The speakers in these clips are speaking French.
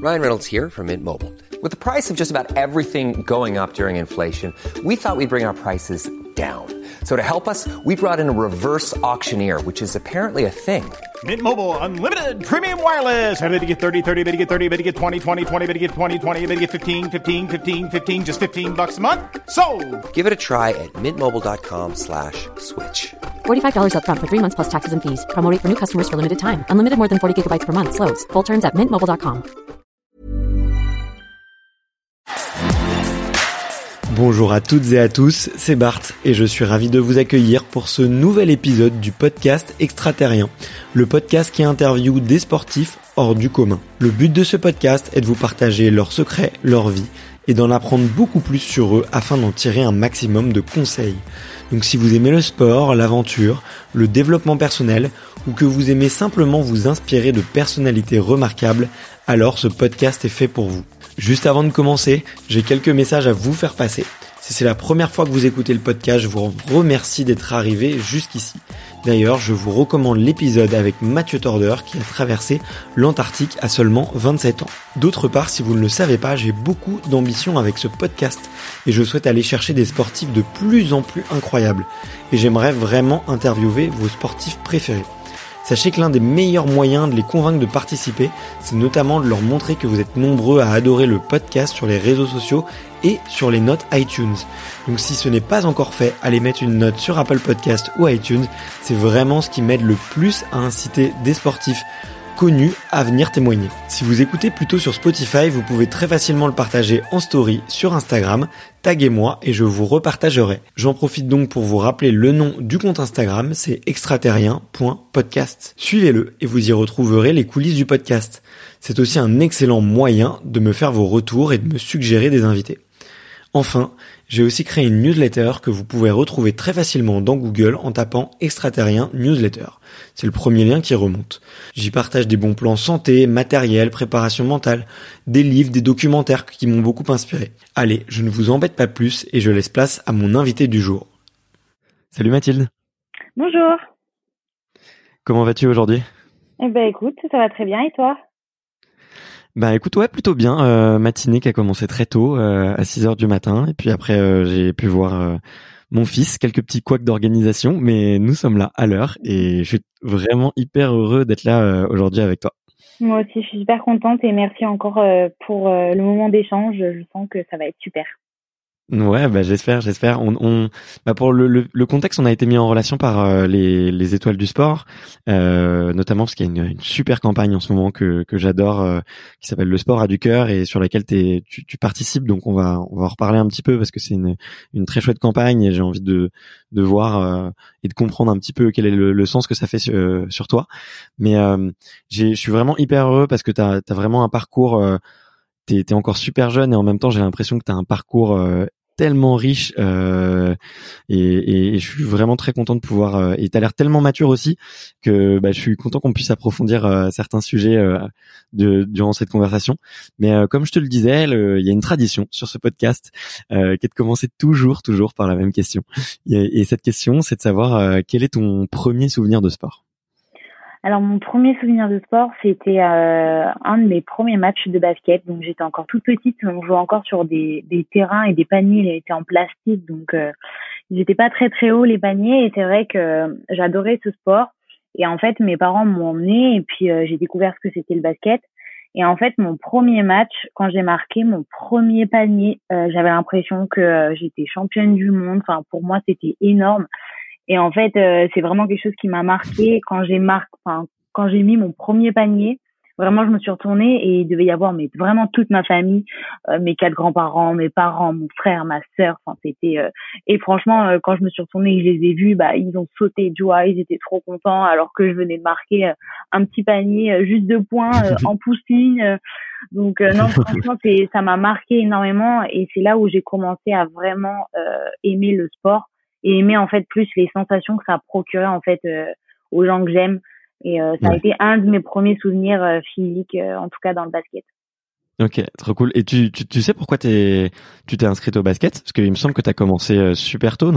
Ryan Reynolds here from Mint Mobile. With the price of just about everything going up during inflation, we thought we'd bring our prices down. So to help us, we brought in a reverse auctioneer, which is apparently a thing. Mint Mobile Unlimited Premium Wireless. How to get 30, 30, how to get 30, how to get 20, 20, 20, how to get 20, 20, how to get 15, 15, 15, 15, just $15 a month? Sold! Give it a try at mintmobile.com/switch. $45 up front for 3 months plus taxes and fees. Promo rate for new customers for limited time. Unlimited more than 40 gigabytes per month. Slows full terms at mintmobile.com. Bonjour à toutes et à tous, c'est Bart et je suis ravi de vous accueillir pour ce nouvel épisode du podcast Extraterrien, le podcast qui interviewe des sportifs hors du commun. Le but de ce podcast est de vous partager leurs secrets, leur vie et d'en apprendre beaucoup plus sur eux afin d'en tirer un maximum de conseils. Donc si vous aimez le sport, l'aventure, le développement personnel ou que vous aimez simplement vous inspirer de personnalités remarquables, alors ce podcast est fait pour vous. Juste avant de commencer, j'ai quelques messages à vous faire passer. Si c'est la première fois que vous écoutez le podcast, je vous remercie d'être arrivé jusqu'ici. D'ailleurs, je vous recommande l'épisode avec Mathieu Torder qui a traversé l'Antarctique à seulement 27 ans. D'autre part, si vous ne le savez pas, j'ai beaucoup d'ambition avec ce podcast et je souhaite aller chercher des sportifs de plus en plus incroyables. Et j'aimerais vraiment interviewer vos sportifs préférés. Sachez que l'un des meilleurs moyens de les convaincre de participer, c'est notamment de leur montrer que vous êtes nombreux à adorer le podcast sur les réseaux sociaux et sur les notes iTunes. Donc si ce n'est pas encore fait, allez mettre une note sur Apple Podcast ou iTunes, c'est vraiment ce qui m'aide le plus à inciter des sportifs connus à venir témoigner. Si vous écoutez plutôt sur Spotify, vous pouvez très facilement le partager en story sur Instagram, taguez-moi et je vous repartagerai. J'en profite donc pour vous rappeler le nom du compte Instagram, c'est extraterrien.podcast. Suivez-le et vous y retrouverez les coulisses du podcast. C'est aussi un excellent moyen de me faire vos retours et de me suggérer des invités. Enfin, j'ai aussi créé une newsletter que vous pouvez retrouver très facilement dans Google en tapant Extraterrien Newsletter. C'est le premier lien qui remonte. J'y partage des bons plans santé, matériel, préparation mentale, des livres, des documentaires qui m'ont beaucoup inspiré. Allez, je ne vous embête pas plus et je laisse place à mon invité du jour. Salut Mathilde. Bonjour. Comment vas-tu aujourd'hui ? Eh ben écoute, ça va très bien et toi ? Bah écoute, ouais, plutôt bien. Matinée qui a commencé très tôt, à 6h du matin. Et puis après, j'ai pu voir mon fils, quelques petits couacs d'organisation. Mais nous sommes là à l'heure et je suis vraiment hyper heureux d'être là aujourd'hui avec toi. Moi aussi, je suis super contente et merci encore pour le moment d'échange. Je sens que ça va être super. Ouais, bah j'espère. Bah pour le contexte, on a été mis en relation par les étoiles du sport, notamment parce qu'il y a une super campagne en ce moment que j'adore, qui s'appelle Le sport a du cœur et sur laquelle tu participes. Donc on va en reparler un petit peu parce que c'est une très chouette campagne et j'ai envie de voir et de comprendre un petit peu quel est le sens que ça fait sur toi. Mais je suis vraiment hyper heureux parce que t'as vraiment un parcours. T'es encore super jeune et en même temps j'ai l'impression que t'as un parcours tellement riche et je suis vraiment très content de pouvoir et t'as l'air tellement mature aussi que je suis content qu'on puisse approfondir certains sujets durant cette conversation. Mais comme je te le disais, il y a une tradition sur ce podcast qui est de commencer toujours par la même question. Et cette question, c'est de savoir quel est ton premier souvenir de sport. Alors mon premier souvenir de sport, c'était un de mes premiers matchs de basket. Donc j'étais encore toute petite, on jouait encore sur des terrains et des paniers, ils étaient en plastique, donc ils étaient pas très très hauts les paniers. Et c'est vrai que j'adorais ce sport. Et en fait, mes parents m'ont emmenée et puis j'ai découvert ce que c'était le basket. Et en fait, mon premier match, quand j'ai marqué mon premier panier, j'avais l'impression que j'étais championne du monde. Enfin, pour moi, c'était énorme. Et en fait, c'est vraiment quelque chose qui m'a marqué quand j'ai mis mon premier panier. Vraiment, je me suis retournée et il devait y avoir vraiment toute ma famille, mes 4 grands-parents, mes parents, mon frère, ma sœur. Enfin, c'était et franchement, quand je me suis retournée, je les ai vus, ils ont sauté de joie, ils étaient trop contents alors que je venais de marquer un petit panier juste 2 points en poussine. Donc non, franchement, ça m'a marqué énormément et c'est là où j'ai commencé à vraiment aimer le sport. Et aimer en fait plus les sensations que ça procurait en fait aux gens que j'aime. Et ça a été un de mes premiers souvenirs physiques, en tout cas dans le basket. Ok, trop cool. Et tu sais pourquoi tu t'es inscrite au basket? Parce qu'il me semble que tu as commencé super tôt, non?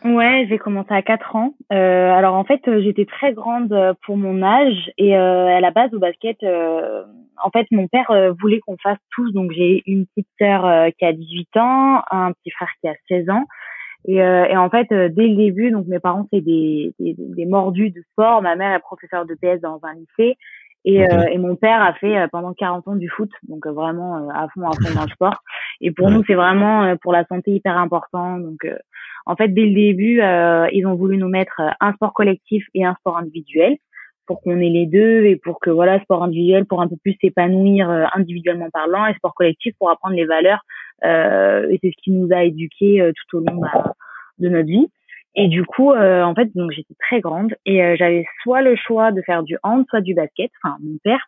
Ouais, j'ai commencé à 4 ans. Alors en fait, j'étais très grande pour mon âge et à la base au basket, en fait, mon père voulait qu'on fasse tous. Donc j'ai une petite sœur qui a 18 ans, un petit frère qui a 16 ans. Et en fait, dès le début, donc mes parents c'est des mordus de sport. Ma mère est professeure de PS dans un lycée et mon père a fait pendant 40 ans du foot, donc vraiment à fond dans le sport. Et pour nous, c'est vraiment pour la santé hyper important. Donc en fait, dès le début, ils ont voulu nous mettre un sport collectif et un sport individuel pour qu'on ait les deux et pour que voilà, sport individuel pour un peu plus s'épanouir individuellement parlant et sport collectif pour apprendre les valeurs et c'est ce qui nous a éduqués tout au long de notre vie. Et du coup, en fait, donc j'étais très grande et j'avais soit le choix de faire du hand, soit du basket. Enfin, mon père.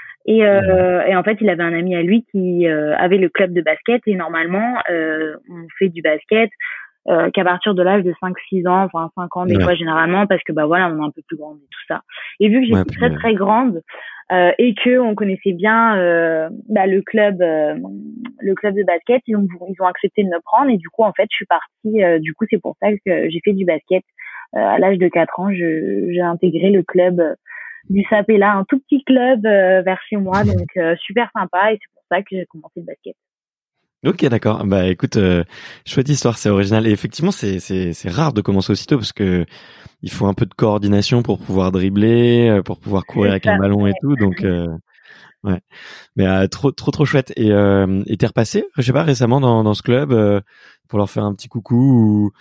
Et en fait, il avait un ami à lui qui avait le club de basket et normalement, on fait du basket qu'à partir de l'âge de 5-6 ans, enfin 5 ans des fois généralement, parce que bah voilà, on est un peu plus grande et tout ça. Et vu que j'étais très très grande et que on connaissait bien le club de basket, ils ont accepté de me prendre et du coup en fait je suis partie. Du coup c'est pour ça que j'ai fait du basket à l'âge de 4 ans. J'ai intégré le club du Sapella, un tout petit club vers chez moi, donc super sympa et c'est pour ça que j'ai commencé le basket. Ok, d'accord. Bah écoute, chouette histoire, c'est original. Et effectivement, c'est rare de commencer aussitôt parce que il faut un peu de coordination pour pouvoir dribbler, pour pouvoir courir avec un ballon et tout. Donc ouais. Mais trop chouette. Et t'es repassé, je sais pas, récemment dans ce club pour leur faire un petit coucou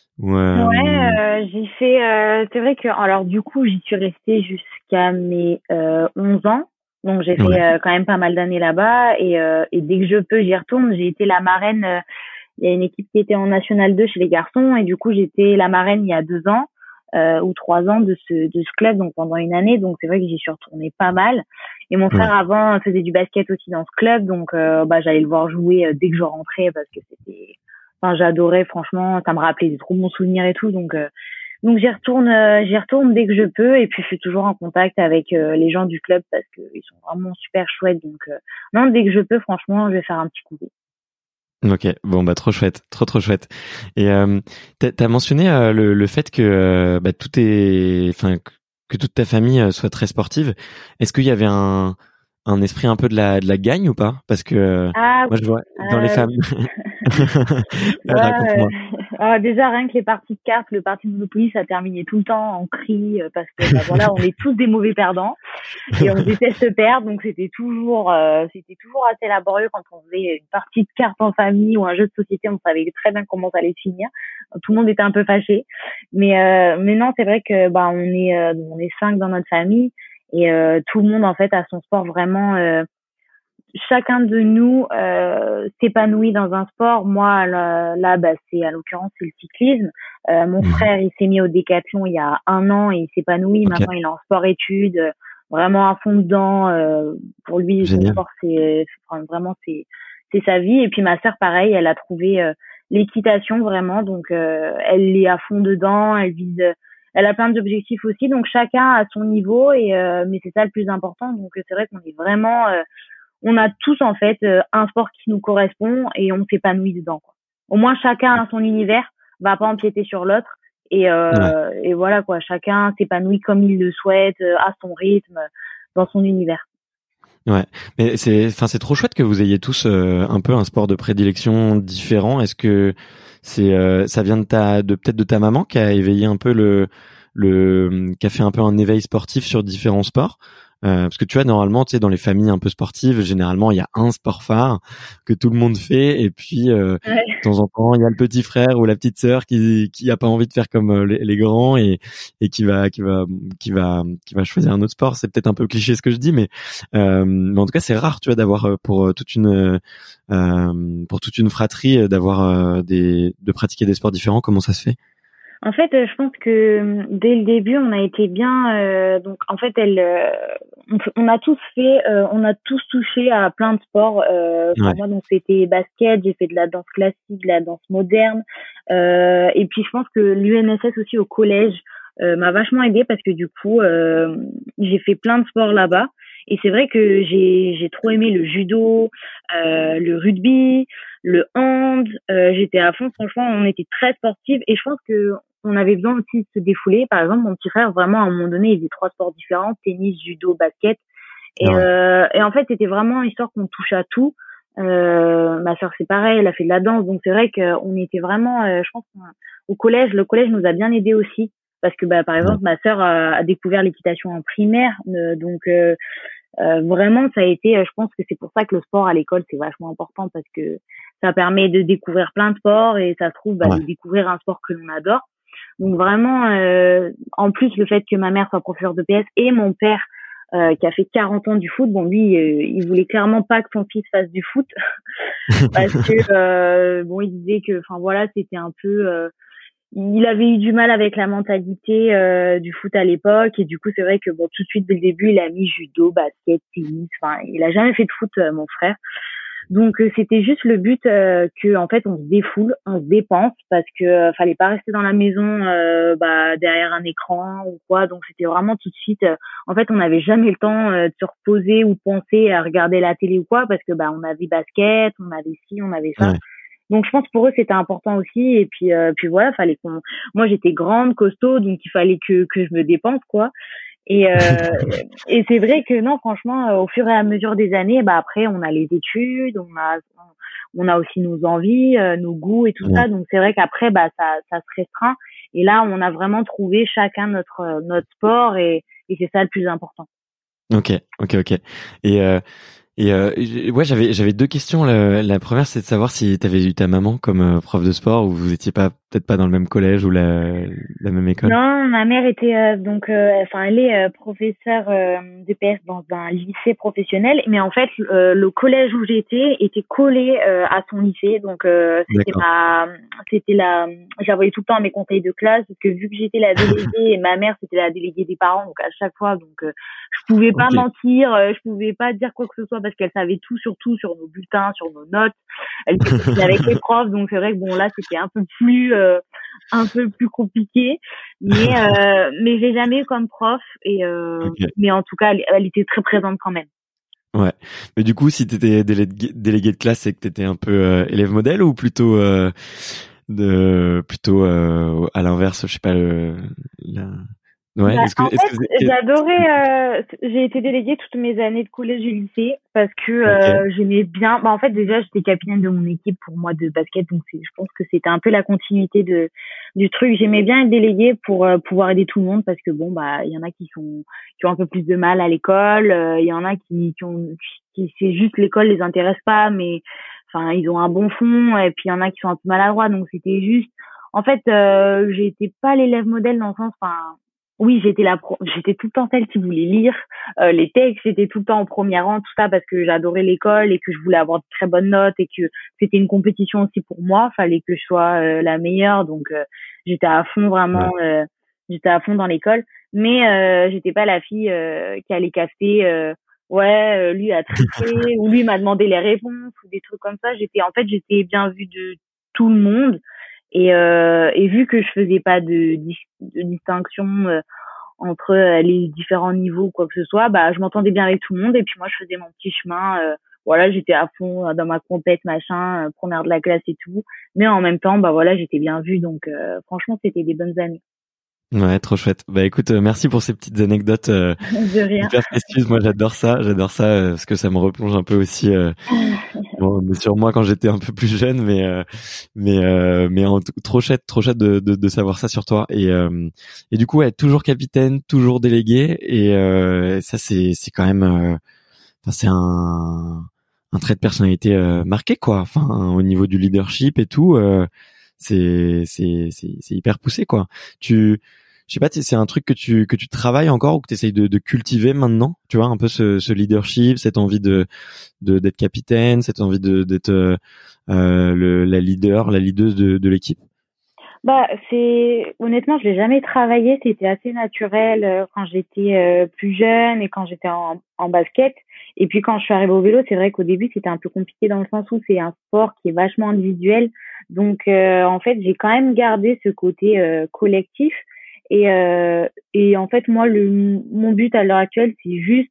Ouais, j'ai fait. C'est vrai que alors du coup j'y suis restée jusqu'à mes 11 ans. Donc j'ai fait quand même pas mal d'années là-bas et dès que je peux j'y retourne. J'ai été la marraine. Il y a une équipe qui était en National 2 chez les garçons et du coup j'étais la marraine il y a 2 ans ou 3 ans de ce club, donc pendant une année. Donc c'est vrai que j'y suis retournée pas mal. Et mon frère avant faisait du basket aussi dans ce club, donc j'allais le voir jouer dès que je rentrais parce que c'était. Enfin j'adorais, franchement, ça me rappelait des trop bons souvenirs et tout. Donc j'y retourne dès que je peux et puis je suis toujours en contact avec les gens du club parce que ils sont vraiment super chouettes. Donc non, dès que je peux, franchement, je vais faire un petit coucou. Ok, bon bah trop chouette, trop chouette. Et t'as mentionné le fait que que toute ta famille soit très sportive. Est-ce qu'il y avait un esprit un peu de la gagne ou pas? Parce que moi je vois dans les familles. Raconte-moi. Déjà rien que les parties de cartes, le parti de Monopoly, ça terminait tout le temps en cris parce que voilà, on est tous des mauvais perdants et on déteste perdre, donc c'était toujours assez laborieux quand on faisait une partie de cartes en famille ou un jeu de société. On savait très bien comment ça allait se finir. Tout le monde était un peu fâché, mais non, c'est vrai que on est 5 dans notre famille et tout le monde en fait a son sport vraiment. Chacun de nous s'épanouit dans un sport. Moi, là, c'est à l'occurrence c'est le cyclisme. Mon frère, il s'est mis au décathlon il y a 1 an et il s'épanouit. Okay. Maintenant, il est en sport-études, vraiment à fond dedans. Pour lui, le sport, c'est sa vie. Et puis ma sœur, pareil, elle a trouvé l'équitation vraiment. Donc, elle est à fond dedans. Elle a plein d'objectifs aussi. Donc, chacun à son niveau. Mais c'est ça le plus important. Donc, c'est vrai qu'on est vraiment on a tous en fait un sport qui nous correspond et on s'épanouit dedans, quoi. Au moins chacun a son univers, va pas empiéter sur l'autre et voilà quoi, chacun s'épanouit comme il le souhaite, à son rythme, dans son univers. Ouais, mais c'est trop chouette que vous ayez tous un peu un sport de prédilection différent. Est-ce que ça vient peut-être de ta maman qui a éveillé un peu qui a fait un peu un éveil sportif sur différents sports? Parce que tu vois, normalement, tu sais, dans les familles un peu sportives, généralement, il y a un sport phare que tout le monde fait, et puis de temps en temps, il y a le petit frère ou la petite sœur qui a pas envie de faire comme les grands et qui va choisir un autre sport. C'est peut-être un peu cliché ce que je dis, mais en tout cas, c'est rare, tu vois, d'avoir pour toute une fratrie d'avoir de pratiquer des sports différents. Comment ça se fait? En fait, je pense que dès le début, on a été bien. Donc, en fait, on a tous touché à plein de sports. Moi, donc c'était basket. J'ai fait de la danse classique, de la danse moderne. Et puis, je pense que l'UNSS aussi au collège m'a vachement aidée parce que du coup, j'ai fait plein de sports là-bas. Et c'est vrai que j'ai trop aimé le judo, le rugby, le hand. J'étais à fond. Franchement, on était très sportifs et je pense que on avait besoin aussi de se défouler. Par exemple, mon petit frère, vraiment, à un moment donné, il faisait 3 sports différents, tennis, judo, basket. Et en fait, c'était vraiment histoire qu'on touche à tout. Ma sœur, c'est pareil, elle a fait de la danse. Donc, c'est vrai qu'on était vraiment, je pense, au collège. Le collège nous a bien aidés aussi. Parce que, par exemple, ma sœur a découvert l'équitation en primaire. Vraiment, ça a été, je pense que c'est pour ça que le sport à l'école, c'est vachement important parce que ça permet de découvrir plein de sports et ça se trouve, de découvrir un sport que l'on adore. Donc vraiment, en plus, le fait que ma mère soit professeure de PS et mon père, qui a fait 40 ans du foot, bon, lui, il voulait clairement pas que son fils fasse du foot parce que, bon, il disait que, enfin voilà, c'était un peu, il avait eu du mal avec la mentalité du foot à l'époque et du coup c'est vrai que bon tout de suite dès le début il a mis judo, basket, tennis, enfin il a jamais fait de foot mon frère. Donc c'était juste le but que en fait on se défoule, on se dépense parce que fallait pas rester dans la maison derrière un écran ou quoi. Donc c'était vraiment tout de suite en fait on n'avait jamais le temps de se reposer ou de penser à regarder la télé ou quoi parce que on avait basket, on avait ci, on avait ça. Ouais. Donc je pense pour eux c'était important aussi et puis voilà, fallait moi j'étais grande, costaud, donc il fallait que je me dépense quoi. Et c'est vrai que non franchement au fur et à mesure des années après on a les études, on a aussi nos envies, nos goûts et tout ça, donc c'est vrai qu'après ça se restreint et là on a vraiment trouvé chacun notre sport et c'est ça le plus important. OK. Ouais, j'avais 2 questions. La première, c'est de savoir si t'avais eu ta maman comme prof de sport ou vous étiez peut-être pas dans le même collège ou la même école. Non, ma mère était elle est professeure de PS dans un lycée professionnel, mais en fait le collège où j'étais était collé à son lycée, donc je la voyais tout le temps à mes conseils de classe parce que vu que j'étais la déléguée et ma mère c'était la déléguée des parents, donc à chaque fois je pouvais pas mentir, je pouvais pas dire quoi que ce soit parce qu'elle savait tout sur nos bulletins, sur nos notes. Elle était avec les profs, donc c'est vrai que bon là c'était un peu plus compliqué, mais j'ai jamais eu comme prof mais en tout cas elle était très présente quand même. Ouais. Mais du coup, si t'étais délégué de classe, c'est que t'étais un peu élève modèle ou plutôt à l'inverse, je sais pas Ouais. J'adorais. J'ai été déléguée toutes mes années de collège et lycée parce que j'aimais bien. En fait, déjà, j'étais capitaine de mon équipe pour moi de basket, donc je pense que c'était un peu la continuité du truc. J'aimais bien être déléguée pour pouvoir aider tout le monde parce que il y en a qui ont un peu plus de mal à l'école, il y en a qui c'est juste l'école les intéresse pas, mais enfin ils ont un bon fond, et puis il y en a qui sont un peu maladroits, donc c'était juste. En fait, j'étais pas l'élève modèle dans le sens, oui, j'étais tout le temps celle qui voulait lire les textes, j'étais tout le temps en premier rang, tout ça parce que j'adorais l'école et que je voulais avoir de très bonnes notes et que c'était une compétition aussi pour moi, fallait que je sois la meilleure, donc j'étais à fond vraiment, j'étais à fond dans l'école, mais j'étais pas la fille qui allait cafeter lui a triché ou lui m'a demandé les réponses ou des trucs comme ça. J'étais bien vue de tout le monde. Et vu que je faisais pas de distinction entre les différents niveaux ou quoi que ce soit, je m'entendais bien avec tout le monde et puis moi je faisais mon petit chemin, j'étais à fond dans ma compète machin, première de la classe et tout, mais en même temps j'étais bien vue, donc franchement c'était des bonnes années. Ouais, trop chouette. Écoute, merci pour ces petites anecdotes de rien. Hyper précieuses. Moi j'adore ça parce que ça me replonge un peu aussi sur moi quand j'étais un peu plus jeune, mais trop chouette de savoir ça sur toi. Et du coup toujours capitaine, toujours délégué, et ça c'est quand même c'est un trait de personnalité marqué quoi. Enfin au niveau du leadership et tout, c'est hyper poussé quoi. Je sais pas, c'est un truc que tu travailles encore ou que tu essayes de cultiver maintenant, tu vois, un peu ce leadership, cette envie d'être capitaine, cette envie d'être la leaduse de l'équipe. Honnêtement, je l'ai jamais travaillé, c'était assez naturel quand j'étais plus jeune et quand j'étais en basket. Et puis quand je suis arrivée au vélo, c'est vrai qu'au début, c'était un peu compliqué dans le sens où c'est un sport qui est vachement individuel. Donc en fait, j'ai quand même gardé ce côté collectif. Et en fait, moi, mon but à l'heure actuelle, c'est juste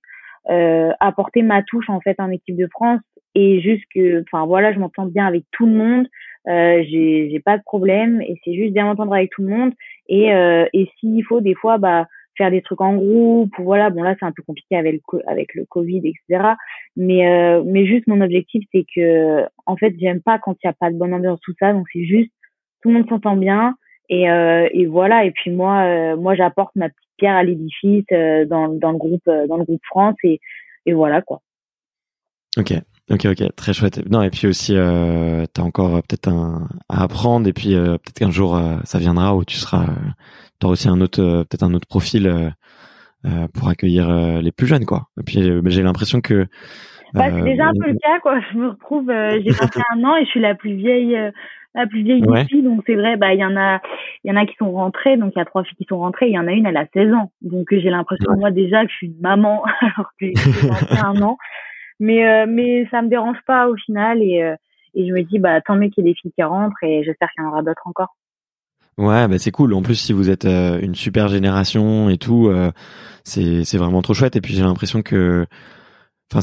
apporter ma touche en fait en équipe de France et juste que, enfin voilà, je m'entends bien avec tout le monde, j'ai pas de problème et c'est juste bien m'entendre avec tout le monde et s'il faut des fois faire des trucs en groupe ou voilà, bon là c'est un peu compliqué avec le Covid etc. Mais juste mon objectif c'est que en fait j'aime pas quand il y a pas de bonne ambiance tout ça, donc c'est juste tout le monde s'entend bien et voilà, et puis moi j'apporte ma petite pierre à l'édifice dans le groupe France et voilà quoi. Ok, très chouette. Non, et puis aussi, t'as encore peut-être à apprendre, et puis peut-être qu'un jour ça viendra où t'auras aussi peut-être un autre profil pour accueillir les plus jeunes, quoi. Et puis j'ai l'impression que c'est déjà un peu le cas, quoi. Je me retrouve, j'ai 21 ans et je suis la plus vieille ouais. d'ici, donc c'est vrai, il y en a qui sont rentrées, donc il y a 3 filles qui sont rentrées, il y en a une, elle a 16 ans, donc j'ai l'impression moi déjà que je suis une maman alors que j'ai 21 ans. Mais ça me dérange pas au final et je me dis tant mieux qu'il y ait des filles qui rentrent et j'espère qu'il y en aura d'autres encore. Ouais, c'est cool. En plus, si vous êtes une super génération et tout, c'est vraiment trop chouette. Et puis j'ai l'impression que, enfin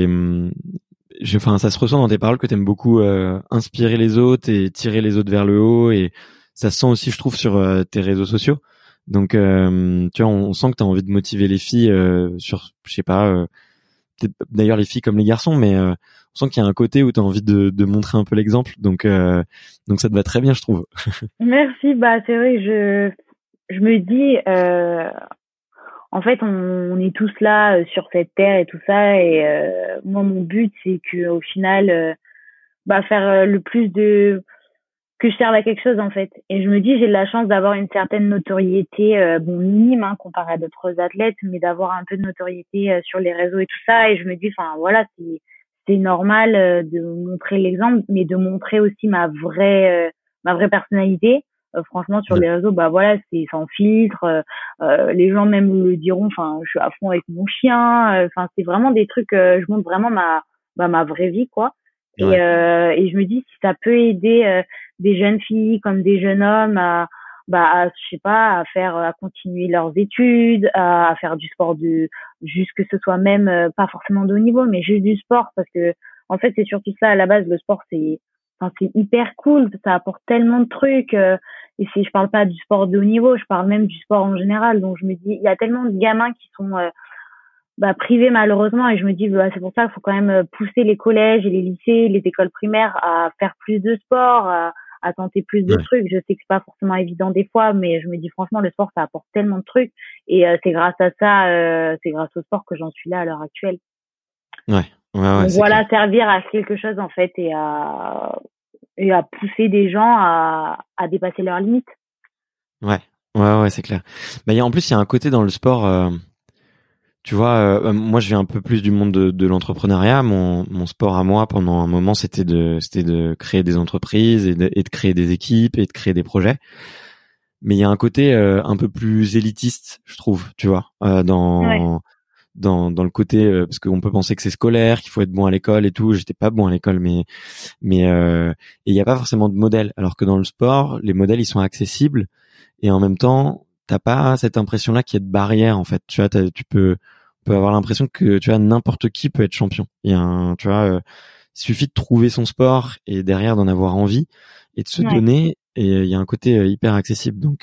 ça se ressent dans tes paroles que t'aimes beaucoup inspirer les autres et tirer les autres vers le haut, et ça se sent aussi, je trouve, sur tes réseaux sociaux. Donc tu vois, on sent que t'as envie de motiver les filles sur, je sais pas. D'ailleurs les filles comme les garçons, mais on sent qu'il y a un côté où tu as envie de montrer un peu l'exemple, donc ça te va très bien, je trouve. Merci, c'est vrai, je me dis en fait on est tous là sur cette terre et tout ça et moi mon but c'est que au final faire le plus de que je serve à quelque chose en fait, et je me dis j'ai de la chance d'avoir une certaine notoriété minime comparé à d'autres athlètes, mais d'avoir un peu de notoriété sur les réseaux et tout ça, et je me dis enfin voilà, c'est normal de montrer l'exemple, mais de montrer aussi ma vraie personnalité. Franchement sur les réseaux voilà, c'est sans filtre, les gens même le diront, enfin je suis à fond avec mon chien, enfin c'est vraiment des trucs, je montre vraiment ma vraie vie quoi. Et je me dis si ça peut aider des jeunes filles comme des jeunes hommes je sais pas, à continuer leurs études, à faire du sport juste que ce soit même pas forcément de haut niveau, mais juste du sport, parce que en fait c'est surtout ça à la base, le sport c'est hyper cool, ça apporte tellement de trucs et je parle pas du sport de haut niveau, je parle même du sport en général. Donc je me dis il y a tellement de gamins qui sont privés malheureusement, et je me dis c'est pour ça qu'il faut quand même pousser les collèges et les lycées, les écoles primaires à faire plus de sport, à tenter plus de trucs. Je sais que c'est pas forcément évident des fois, mais je me dis franchement le sport ça apporte tellement de trucs, et c'est grâce à ça, c'est grâce au sport que j'en suis là à l'heure actuelle. Donc voilà, clair. Servir à quelque chose en fait, et à pousser des gens à dépasser leurs limites. Ouais, c'est clair. En plus il y a un côté dans le sport, tu vois, moi je viens un peu plus du monde de l'entrepreneuriat. Mon sport à moi pendant un moment c'était de créer des entreprises et de créer des équipes et de créer des projets. Mais il y a un côté un peu plus élitiste, je trouve, tu vois, dans le côté parce qu'on peut penser que c'est scolaire, qu'il faut être bon à l'école et tout. J'étais pas bon à l'école, mais et il y a pas forcément de modèle, alors que dans le sport les modèles ils sont accessibles, et en même temps t'as pas cette impression là qu'il y a de barrière en fait. Tu vois, on peut avoir l'impression que tu vois n'importe qui peut être champion. Il suffit de trouver son sport et derrière d'en avoir envie et de se donner, et il y a un côté hyper accessible. Donc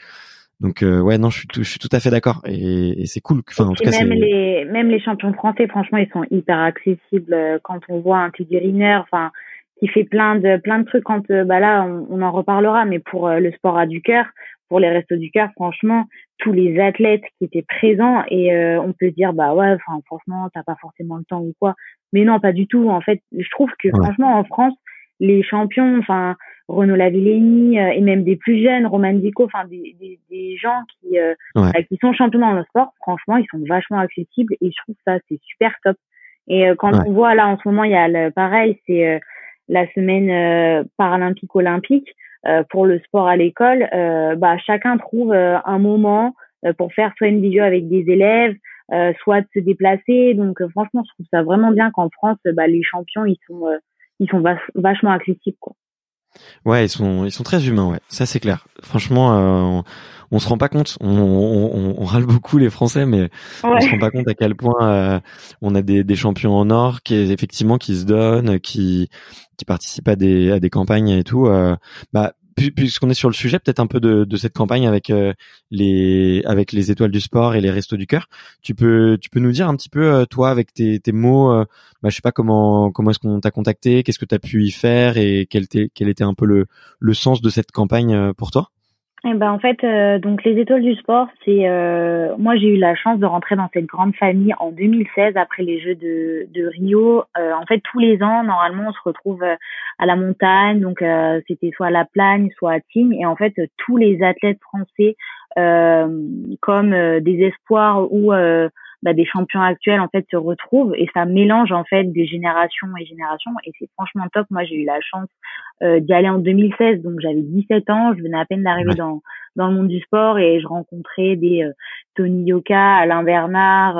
non, je suis tout à fait d'accord, et c'est cool. Enfin, en tout cas, même les champions français, franchement, ils sont hyper accessibles. Quand on voit un Teddy Riner, enfin, qui fait plein de trucs, quand là, on en reparlera, mais pour le sport à du cœur, pour les restos du cœur, franchement, tous les athlètes qui étaient présents, et on peut se dire enfin franchement t'as pas forcément le temps ou quoi, mais non, pas du tout. En fait je trouve que franchement en France les champions, enfin Renaud Lavillenie et même des plus jeunes, Roman Dico, enfin des gens qui sont champions dans le sport, franchement ils sont vachement accessibles, et je trouve ça c'est super top. Et quand on voit là en ce moment il y a pareil, c'est la semaine paralympique olympique. Pour le sport à l'école, chacun trouve un moment pour faire soit une vidéo avec des élèves, soit de se déplacer. Donc franchement, je trouve ça vraiment bien qu'en France, les champions ils sont vachement accessibles quoi. Ouais, ils sont très humains, ouais. Ça c'est clair. Franchement, on se rend pas compte. On râle beaucoup les Français, mais on se rend pas compte à quel point on a des champions en or effectivement qui se donnent, qui participent à des campagnes et tout. Puisqu'on est sur le sujet, peut-être un peu de cette campagne avec les étoiles du sport et les restos du cœur. Tu peux nous dire un petit peu toi avec tes mots, je sais pas comment est-ce qu'on t'a contacté, qu'est-ce que tu as pu y faire et quel était un peu le sens de cette campagne pour toi? Eh ben en fait, donc les étoiles du sport, c'est moi j'ai eu la chance de rentrer dans cette grande famille en 2016 après les Jeux de Rio. En fait, tous les ans, normalement, on se retrouve à la montagne, donc c'était soit à La Plagne, soit à Tignes, et en fait tous les athlètes français, comme des espoirs ou des champions actuels en fait se retrouvent et ça mélange en fait des générations et générations et c'est franchement top. Moi j'ai eu la chance d'y aller en 2016, donc j'avais 17 ans, je venais à peine d'arriver dans le monde du sport et je rencontrais des Tony Yoka, Alain Bernard,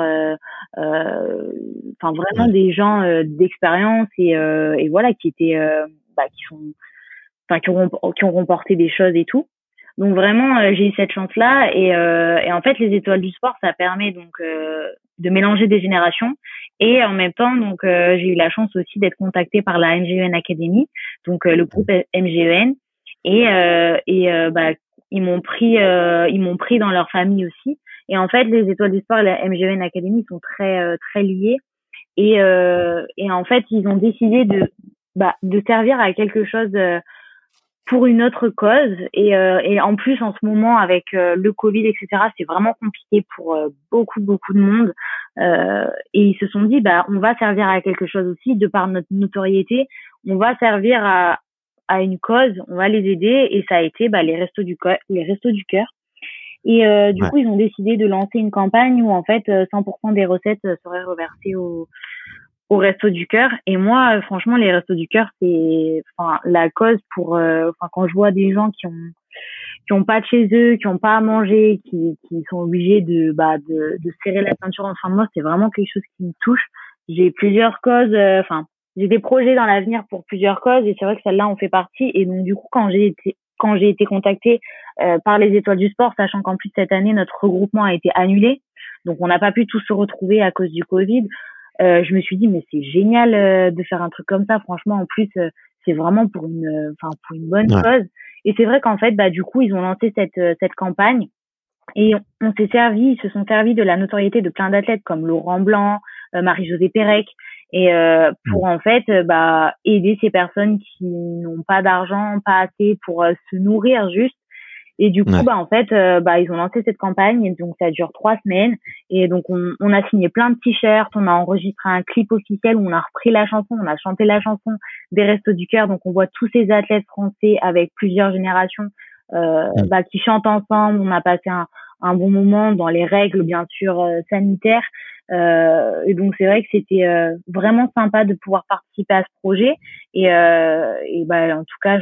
vraiment des gens d'expérience et voilà qui étaient qui ont remporté des choses et tout. Donc vraiment j'ai eu cette chance là et en fait les étoiles du sport ça permet donc de mélanger des générations et en même temps donc j'ai eu la chance aussi d'être contactée par la MGEN Academy, donc le groupe MGEN et ils m'ont pris dans leur famille aussi et en fait les étoiles du sport et la MGEN Academy sont très très liés et en fait ils ont décidé de servir à quelque chose pour une autre cause et en plus en ce moment avec le Covid etc c'est vraiment compliqué pour beaucoup de monde et ils se sont dit on va servir à quelque chose aussi de par notre notoriété, on va servir à une cause, on va les aider et ça a été les restos du cœur et du coup ils ont décidé de lancer une campagne où en fait 100% des recettes seraient reversées au Resto du Cœur et moi franchement les Restos du Cœur c'est la cause pour quand je vois des gens qui ont pas de chez eux, qui ont pas à manger, qui sont obligés de serrer la ceinture en fin de mois, c'est vraiment quelque chose qui me touche. J'ai plusieurs causes j'ai des projets dans l'avenir pour plusieurs causes et c'est vrai que celle-là en fait partie et donc du coup quand j'ai été contactée par les étoiles du sport, sachant qu'en plus cette année notre regroupement a été annulé, donc on n'a pas pu tous se retrouver à cause du Covid. Je me suis dit mais c'est génial de faire un truc comme ça, franchement en plus c'est vraiment pour une bonne cause et c'est vrai qu'en fait du coup ils ont lancé cette campagne et ils se sont servis de la notoriété de plein d'athlètes comme Laurent Blanc, Marie-Josée Pérec et pour en fait aider ces personnes qui n'ont pas d'argent, pas assez pour se nourrir juste. Et du coup, en fait, ils ont lancé cette campagne, et donc ça dure 3 semaines. Et donc, on a signé plein de t-shirts, on a enregistré un clip officiel où on a repris la chanson, on a chanté la chanson des Restos du Cœur. Donc, on voit tous ces athlètes français avec plusieurs générations qui chantent ensemble. On a passé un bon moment dans les règles, bien sûr, sanitaires. Et donc, c'est vrai que c'était vraiment sympa de pouvoir participer à ce projet. Et en tout cas,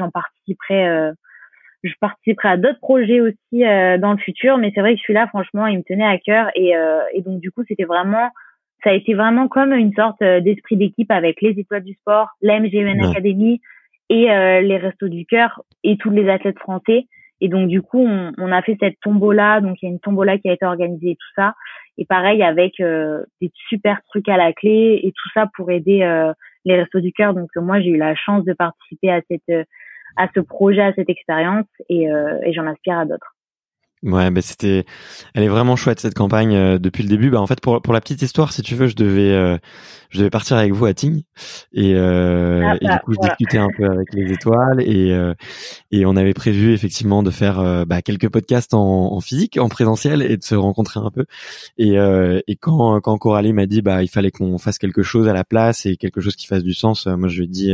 je participerai à d'autres projets aussi dans le futur, mais c'est vrai que celui-là, franchement, il me tenait à cœur et donc du coup, ça a été vraiment comme une sorte d'esprit d'équipe avec les étoiles du sport, la MGEN Academy et les Restos du Cœur et tous les athlètes français. Et donc du coup, on a fait cette tombola, donc il y a une tombola qui a été organisée et tout ça. Et pareil avec des super trucs à la clé et tout ça pour aider les Restos du Cœur. Donc moi, j'ai eu la chance de participer à ce projet, à cette expérience et j'en aspire à d'autres. Ouais, elle est vraiment chouette cette campagne depuis le début. En fait, pour la petite histoire, si tu veux, je devais partir avec vous à Tignes et du coup, je discutais un peu avec les étoiles et on avait prévu effectivement de faire quelques podcasts en physique, en présentiel et de se rencontrer un peu. Et quand Coralie m'a dit il fallait qu'on fasse quelque chose à la place et quelque chose qui fasse du sens, moi je lui ai dit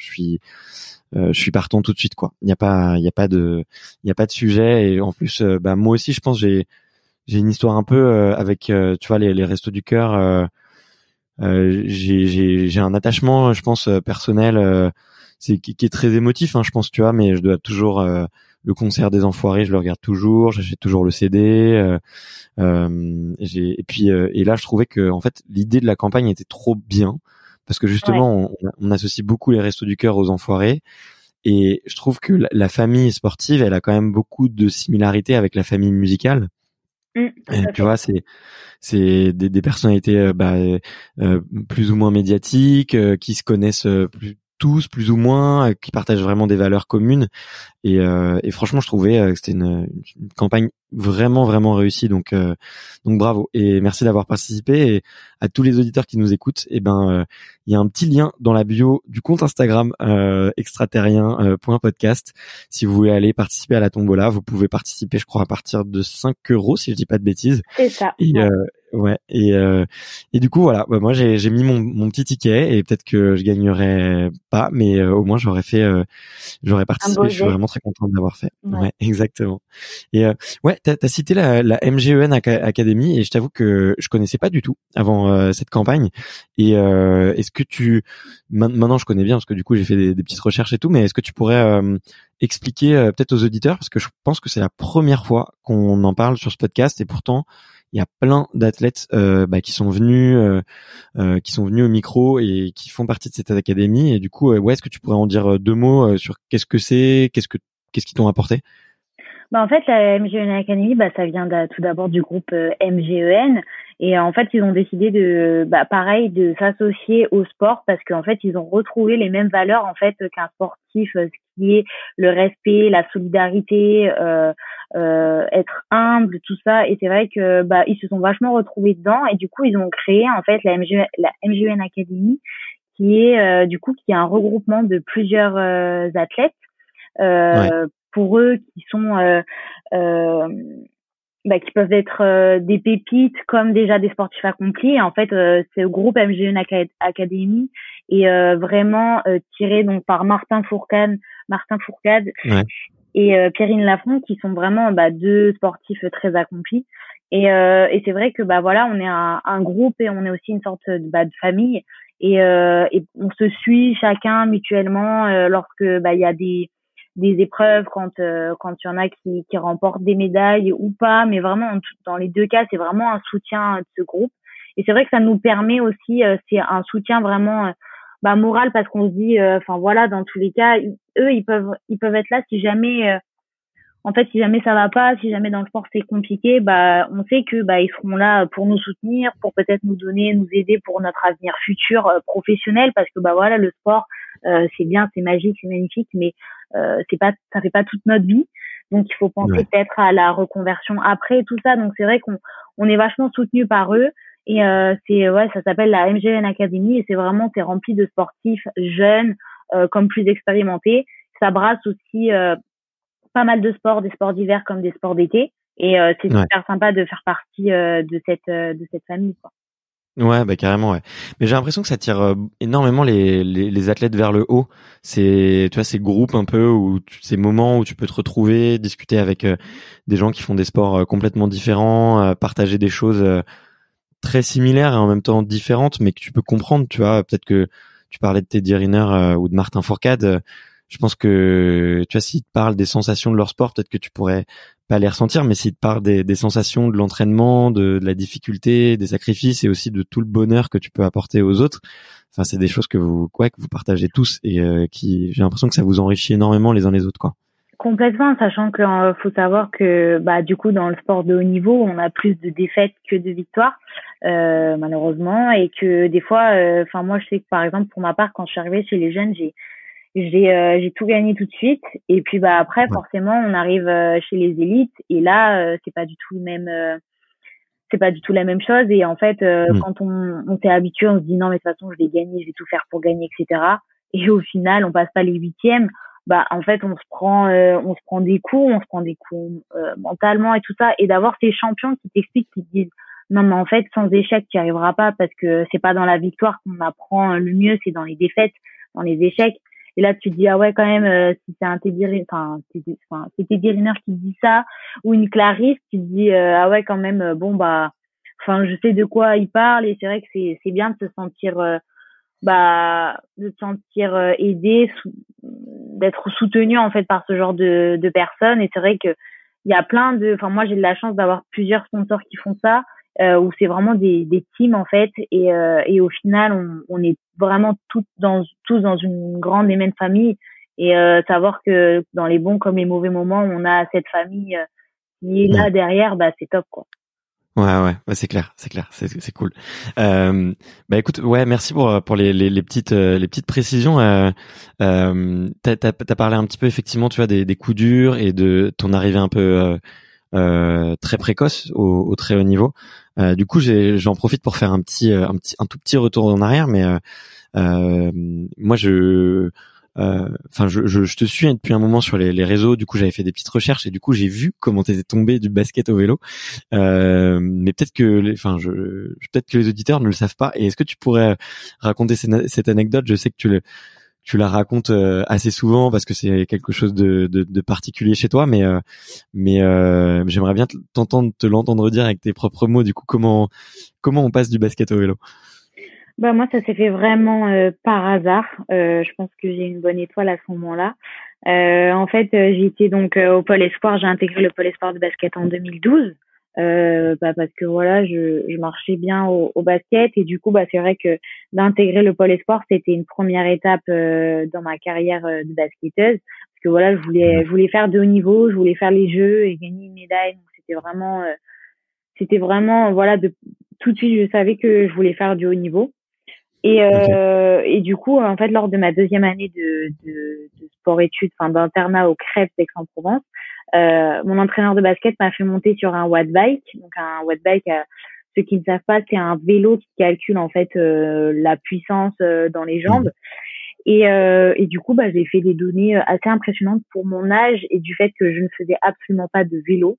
je suis partant tout de suite quoi. Il y a pas de sujet et en plus moi aussi je pense j'ai une histoire un peu avec tu vois les Restos du Cœur j'ai un attachement je pense personnel qui est très émotif je pense tu vois mais je dois toujours le concert des Enfoirés, je le regarde toujours, j'achète toujours le CD et là je trouvais que en fait l'idée de la campagne était trop bien parce que justement on associe beaucoup les Restos du Cœur aux Enfoirés Et je trouve que la famille sportive, elle a quand même beaucoup de similarités avec la famille musicale. Tu vois, c'est des personnalités plus ou moins médiatiques, qui se connaissent tous plus ou moins, qui partagent vraiment des valeurs communes. Et franchement, je trouvais que c'était une campagne vraiment réussie. Donc bravo et merci d'avoir participé. Et à tous les auditeurs qui nous écoutent, il y a un petit lien dans la bio du compte Instagram extraterrien.podcast. Si vous voulez aller participer à la tombola, vous pouvez participer, je crois, à partir de 5 euros, si je dis pas de bêtises. C'est ça. Et du coup voilà, moi j'ai mis mon petit ticket et peut-être que je gagnerai pas, mais au moins j'aurais participé. Je suis vraiment très content de l'avoir fait. Ouais, exactement. Et t'as cité la MGEN Academy et je t'avoue que je connaissais pas du tout avant cette campagne. Et est-ce que maintenant je connais bien parce que du coup j'ai fait des petites recherches et tout, mais est-ce que tu pourrais expliquer peut-être aux auditeurs, parce que je pense que c'est la première fois qu'on en parle sur ce podcast et pourtant il y a plein d'athlètes qui sont venus au micro et qui font partie de cette académie. Et du coup, est-ce que tu pourrais en dire deux mots sur qu'est-ce que c'est, qu'est-ce qu'ils t'ont apporté? En fait, la MGEN Academy, ça vient tout d'abord du groupe MGEN. Et en fait, ils ont décidé de s'associer au sport parce qu'en fait, ils ont retrouvé les mêmes valeurs en fait qu'un sportif, ce qui est le respect, la solidarité, être humble, tout ça. Et c'est vrai que ils se sont vachement retrouvés dedans et du coup, ils ont créé en fait la MGEN Academy qui est un regroupement de plusieurs athlètes. Pour eux qui sont qui peuvent être des pépites comme déjà des sportifs accomplis. Et en fait, c'est le groupe MGEN Academy est vraiment tiré donc par Martin Fourcade et Pierrine Lafont qui sont vraiment deux sportifs très accomplis. Et c'est vrai que on est un groupe et on est aussi une sorte de famille et on se suit chacun mutuellement lorsque il y a des épreuves quand il y en a qui remportent des médailles ou pas, mais vraiment dans les deux cas c'est vraiment un soutien de ce groupe. Et c'est vrai que ça nous permet aussi c'est un soutien vraiment moral parce qu'on se dit dans tous les cas eux ils peuvent être là si jamais si jamais ça va pas, si jamais dans le sport c'est compliqué, on sait que ils seront là pour nous soutenir, pour peut-être nous aider pour notre avenir futur professionnel parce que le sport c'est bien, c'est magique, c'est magnifique, mais ça fait pas toute notre vie. Donc il faut penser peut-être à la reconversion après tout ça. Donc c'est vrai qu'on est vachement soutenu par eux et ça s'appelle la MGEN Academy et c'est rempli de sportifs jeunes comme plus expérimentés. Ça brasse aussi pas mal de sports, des sports d'hiver comme des sports d'été et c'est super sympa de faire partie de cette famille quoi. Ouais, carrément, ouais. Mais j'ai l'impression que ça tire énormément les athlètes vers le haut. C'est, tu vois, ces groupes un peu ces moments où tu peux te retrouver, discuter avec des gens qui font des sports complètement différents, partager des choses très similaires et en même temps différentes, mais que tu peux comprendre, tu vois. Peut-être que tu parlais de Teddy Riner ou de Martin Fourcade. Je pense que, tu vois, s'ils te parlent des sensations de leur sport, peut-être que tu pourrais pas les ressentir, mais s'ils te parlent des sensations de l'entraînement, de la difficulté, des sacrifices et aussi de tout le bonheur que tu peux apporter aux autres, c'est des choses que vous partagez tous et qui, j'ai l'impression que ça vous enrichit énormément les uns les autres, quoi. Complètement, sachant que faut savoir que du coup dans le sport de haut niveau, on a plus de défaites que de victoires malheureusement et que des fois moi je sais que par exemple pour ma part quand je suis arrivée chez les jeunes, j'ai tout gagné tout de suite et puis après forcément on arrive chez les élites et là c'est pas du tout la même chose et en fait quand on s'est habitué on se dit non mais de toute façon je vais gagner, je vais tout faire pour gagner etc. et au final on passe pas les huitièmes, en fait on se prend des coups mentalement et tout ça et d'avoir ces champions qui t'expliquent, qui te disent non mais en fait sans échec tu n'y arriveras pas parce que c'est pas dans la victoire qu'on apprend le mieux, c'est dans les défaites, dans les échecs. Et là, tu te dis, ah ouais, quand même, si c'est Teddy Riner qui te dit ça, ou une Clarisse, tu te dis, ah ouais, quand même, je sais de quoi il parle, et c'est vrai que c'est bien de se sentir, aidé, d'être soutenu, en fait, par ce genre de personnes. Et c'est vrai que il y a moi, j'ai de la chance d'avoir plusieurs sponsors qui font ça, où c'est vraiment des teams en fait et au final on est vraiment tous dans une grande et même famille Et savoir que dans les bons comme les mauvais moments, on a cette famille qui est là derrière, bah c'est top quoi. Ouais, c'est clair, c'est cool. Bah écoute, ouais, merci pour les petites précisions. T'as parlé un petit peu effectivement, tu vois, des coups durs et de ton arrivée un peu très précoce au très haut niveau. Du coup, j'en profite pour faire un tout petit retour en arrière, mais moi je te suis depuis un moment sur les réseaux. Du coup, j'avais fait des petites recherches et du coup, j'ai vu comment t'étais tombé du basket au vélo. Mais peut-être que peut-être que les auditeurs ne le savent pas. Et est-ce que tu pourrais raconter cette anecdote? Je sais que tu la racontes assez souvent parce que c'est quelque chose de particulier chez toi, mais j'aimerais bien l'entendre dire avec tes propres mots. Du coup, comment on passe du basket au vélo? Bah moi ça s'est fait vraiment par hasard. Je pense que j'ai une bonne étoile à ce moment-là. En fait, j'étais donc au Pôle Espoir. J'ai intégré le Pôle Espoir de basket en 2012. Parce que voilà, je marchais bien au basket et du coup bah c'est vrai que d'intégrer le Pôle Espoir c'était une première étape dans ma carrière de basketteuse parce que voilà je voulais faire de haut niveau, je voulais faire les jeux et gagner une médaille, donc c'était vraiment voilà tout de suite je savais que je voulais faire du haut niveau. Et du coup, en fait, lors de ma deuxième année de sport-études, enfin d'internat au Crêpes d'Aix-en-Provence, mon entraîneur de basket m'a fait monter sur un watt bike. Donc un watt bike, ceux qui ne savent pas, c'est un vélo qui calcule en fait la puissance dans les jambes. Et du coup, bah j'ai fait des données assez impressionnantes pour mon âge et du fait que je ne faisais absolument pas de vélo.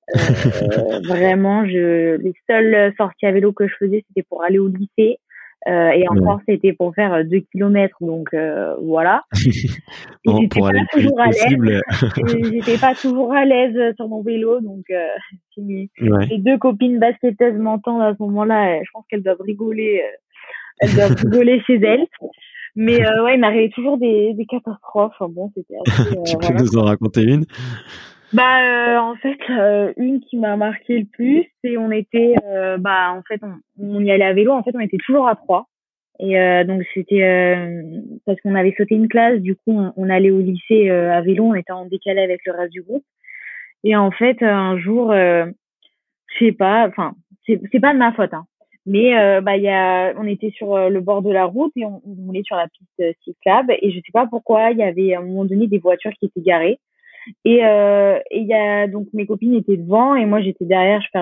Vraiment, les seules sorties à vélo que je faisais, c'était pour aller au lycée. Et encore, c'était pour faire 2 kilomètres, donc voilà. Et bon, pour aller le plus vite possible. J'étais pas toujours à l'aise sur mon vélo, donc si mes deux copines basketteuses m'entendent à ce moment-là, je pense qu'elles doivent rigoler. Elles doivent rigoler chez elles. Mais ouais, il m'arrivait toujours des catastrophes. Enfin, bon, c'était assez, tu peux nous en raconter une? Bah en fait une qui m'a marqué le plus, c'est on était en fait on y allait à vélo, en fait on était toujours à 3 et donc c'était parce qu'on avait sauté une classe, du coup on allait au lycée à vélo, on était en décalé avec le reste du groupe et en fait un jour je sais pas, enfin c'est pas de ma faute hein, mais on était sur le bord de la route et on roulait sur la piste cyclable et je sais pas pourquoi il y avait à un moment donné des voitures qui étaient garées. Et il y a donc mes copines étaient devant et moi j'étais derrière, je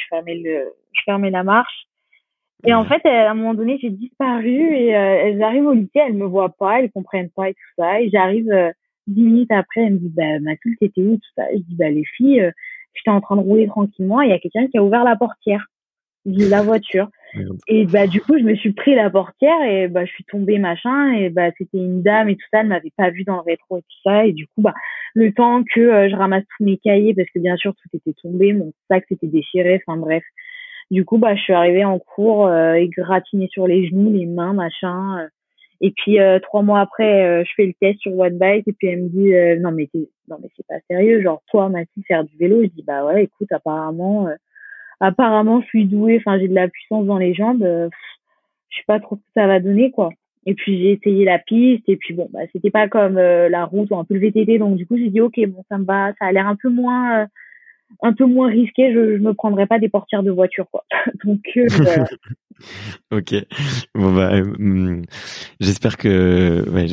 fermais la marche. Et en fait, à un moment donné, j'ai disparu et elles arrivent au lycée, elles me voient pas, elles comprennent pas et tout ça. Et j'arrive 10 minutes après, elles me disent bah Mathilde, t'étais où tout ça. Je dis bah les filles, j'étais en train de rouler tranquillement, il y a quelqu'un qui a ouvert la portière de la voiture. Et bah du coup je me suis pris la portière et bah je suis tombée machin et bah c'était une dame et tout ça, elle m'avait pas vue dans le rétro et tout ça et du coup bah le temps que je ramasse tous mes cahiers parce que bien sûr tout était tombé, mon sac s'était déchiré, enfin bref, du coup bah je suis arrivée en cours égratignée sur les genoux, les mains machin et puis 3 mois après je fais le test sur Wattbike et puis elle me dit non mais c'est pas sérieux, genre toi Mathilde faire du vélo. Je dis bah ouais écoute apparemment je suis douée, enfin j'ai de la puissance dans les jambes, je sais pas trop ce que ça va donner quoi. Et puis j'ai essayé la piste et puis bon bah c'était pas comme la route ou un peu le VTT, donc du coup j'ai dit OK, bon ça me va, ça a l'air un peu moins risqué, je me prendrai pas des portières de voiture quoi. Donc voilà. OK. Bon bah j'espère que ouais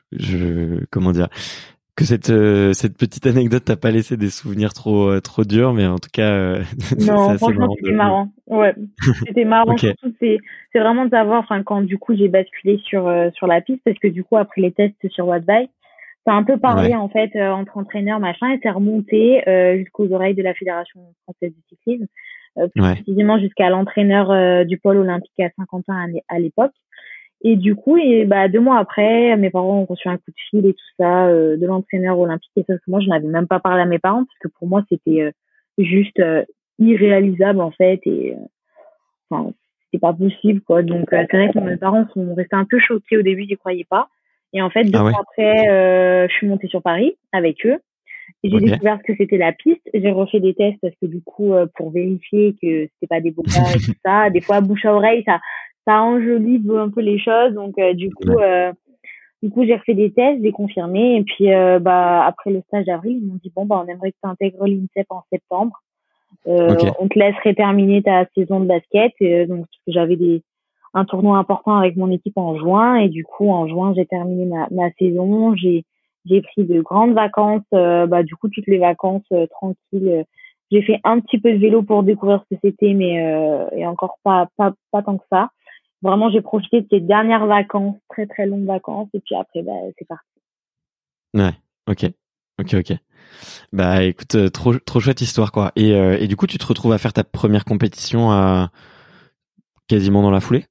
comment dire, que cette petite anecdote t'a pas laissé des souvenirs trop durs, mais en tout cas non, franchement c'était marrant. Ouais, c'était marrant. Okay. Surtout c'est vraiment de savoir, enfin quand du coup j'ai basculé sur la piste, parce que du coup après les tests sur Wattbike, ça a un peu parlé en fait entre entraîneurs machin et c'est remonté jusqu'aux oreilles de la Fédération française du cyclisme, plus précisément jusqu'à l'entraîneur du pôle olympique à Saint-Quentin à l'époque. Et du coup, 2 mois après, mes parents ont reçu un coup de fil et tout ça de l'entraîneur olympique. Et ça, moi, je n'avais même pas parlé à mes parents parce que pour moi, c'était juste irréalisable en fait. Et enfin, c'était pas possible quoi. Donc, c'est vrai que mes parents sont restés un peu choqués au début, ils n'y croyaient pas. Et en fait, 2 mois après, je suis montée sur Paris avec eux. Et j'ai découvert ce que c'était la piste. J'ai refait des tests parce que du coup, pour vérifier que c'était pas des bocards et tout ça, des fois bouche à oreille, ça enjolive un peu les choses. Donc du coup Du coup, j'ai refait des tests, j'ai confirmé. Et puis, après le stage d'avril, ils m'ont dit, bon, on aimerait que tu intègres l'INSEP en septembre. Ok. On te laisserait terminer ta saison de basket. Donc, j'avais un tournoi important avec mon équipe en juin. Et du coup, en juin, j'ai terminé ma saison. J'ai pris de grandes vacances. Du coup, toutes les vacances tranquilles. J'ai fait un petit peu de vélo pour découvrir ce que c'était, mais et encore pas tant que ça. Vraiment, j'ai profité de ces dernières vacances, très très longues vacances. Et puis après, c'est parti. Ouais. Ok. Bah écoute, trop chouette histoire quoi. Et du coup, tu te retrouves à faire ta première compétition quasiment dans la foulée?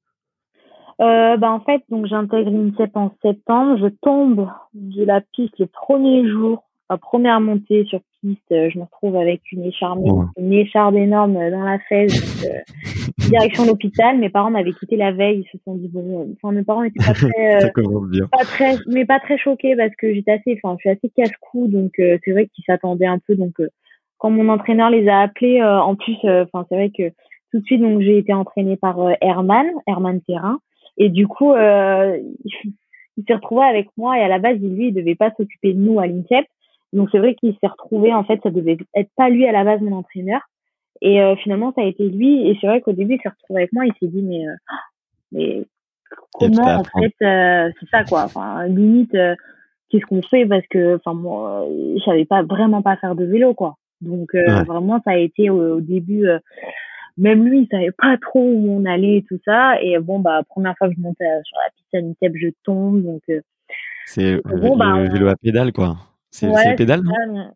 En fait, donc j'intègre l'INSEP en septembre. Je tombe de la piste le premier jour, la première montée sur piste. Je me retrouve avec une écharde énorme dans la fesse. Donc, direction l'hôpital. Mes parents m'avaient quitté la veille. Ils se sont dit mes parents n'étaient pas très, Ça commence bien. pas très choqués parce que je suis assez casse-cou. Donc c'est vrai qu'ils s'attendaient un peu. Donc quand mon entraîneur les a appelés, en plus, c'est vrai que tout de suite, donc j'ai été entraînée par Herman Terrain. Et du coup, il s'est retrouvé avec moi et à la base, il devait pas s'occuper de nous à l'INSEP. Donc c'est vrai qu'il s'est retrouvé, en fait, ça devait être pas lui à la base mon entraîneur. Et finalement, ça a été lui. Et c'est vrai qu'au début, il s'est retrouvé avec moi. Il s'est dit mais comment en fait c'est ça quoi. Enfin limite, qu'est-ce qu'on fait parce que moi, je savais vraiment pas faire de vélo quoi. Donc vraiment, ça a été au début. Même lui, il savait pas trop où on allait et tout ça. Et première fois que je montais sur la piste à l'INSEP, je tombe. Donc, c'est le vélo à pédale, quoi. C'est les pédales, non?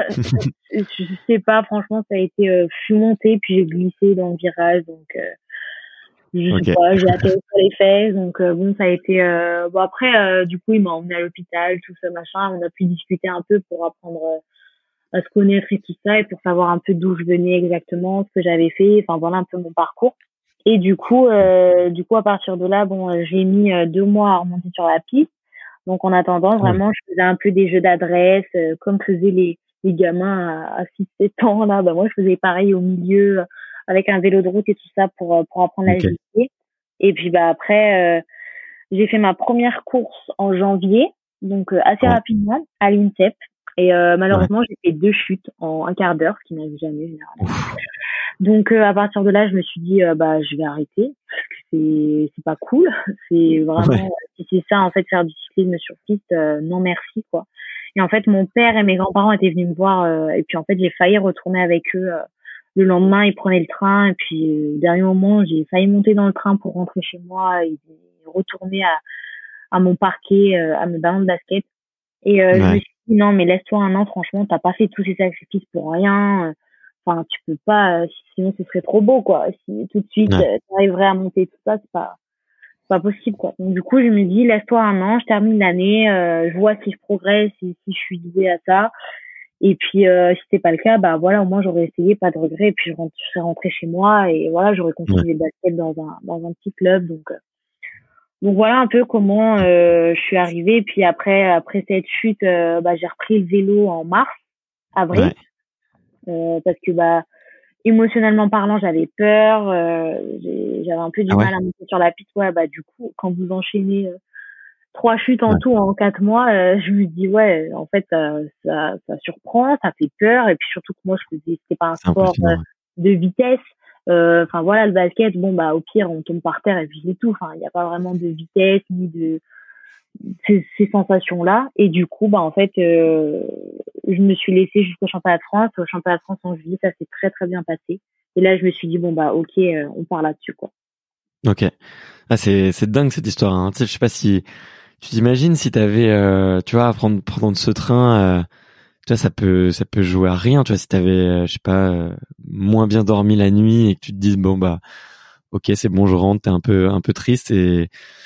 Je sais pas, franchement, ça a été, je suis montée, puis j'ai glissé dans le virage. Donc, je sais pas, j'ai atterri sur les fesses. Donc, ça a été, après, du coup, il m'a emmené à l'hôpital, tout ça, machin. On a pu discuter un peu pour apprendre à se connaître et tout ça, et pour savoir un peu d'où je venais exactement, ce que j'avais fait, enfin voilà un peu mon parcours. Et du coup à partir de là, j'ai mis 2 mois à remonter sur la piste. Donc en attendant, vraiment, je faisais un peu des jeux d'adresse, comme faisaient les gamins à 6-7 ans là. Moi je faisais pareil au milieu avec un vélo de route et tout ça pour apprendre la agilité. Et puis après j'ai fait ma première course en janvier, donc assez rapidement à l'INSEP. Et malheureusement, j'ai fait 2 chutes en un quart d'heure, ce qui n'arrive jamais généralement. Donc à partir de là, je me suis dit je vais arrêter parce que c'est pas cool. C'est vraiment si c'est ça en fait faire du cyclisme sur piste, non merci quoi. Et en fait, mon père et mes grands-parents étaient venus me voir et puis en fait, j'ai failli retourner avec eux le lendemain, ils prenaient le train et puis au dernier moment, j'ai failli monter dans le train pour rentrer chez moi et retourner à mon parquet, à mes ballons de basket. Et je me suis dit non mais laisse-toi un an, franchement t'as pas fait tous ces sacrifices pour rien. Enfin tu peux pas, sinon ce serait trop beau quoi. Si tout de suite t'arriverais à monter tout ça, c'est pas possible quoi. Donc du coup je me dis laisse-toi un an, je termine l'année, je vois si je progresse, si je suis douée à ça. Et puis si c'est pas le cas, au moins j'aurais essayé, pas de regret. Et puis je serais rentrée chez moi et voilà, j'aurais continué le basket dans un petit club. Donc voilà un peu comment je suis arrivée. Et puis après cette chute, j'ai repris le vélo en avril, parce que émotionnellement parlant, j'avais peur, j'avais un peu du mal à monter sur la piste. Du coup, quand vous enchaînez 3 chutes en tout en 4 mois, je me dis en fait ça surprend, ça fait peur. Et puis surtout que moi c'était pas un sport de vitesse. Le basket, au pire, on tombe par terre et puis c'est tout. Enfin, il n'y a pas vraiment de vitesse ni de ces sensations-là. Et du coup, en fait, je me suis laissée jusqu'au championnat de France. Au championnat de France en juillet, ça s'est très très bien passé. Et là, je me suis dit ok, on part là-dessus, quoi. Ok. Ah, c'est dingue cette histoire. Hein. Tu sais, je sais pas si tu t'imagines si t'avais, tu vois, à prendre ce train. Tu vois, ça peut jouer à rien. Tu vois, si t'avais, je sais pas, moins bien dormi la nuit et que tu te dises ok, c'est bon, je rentre. T'es un peu triste et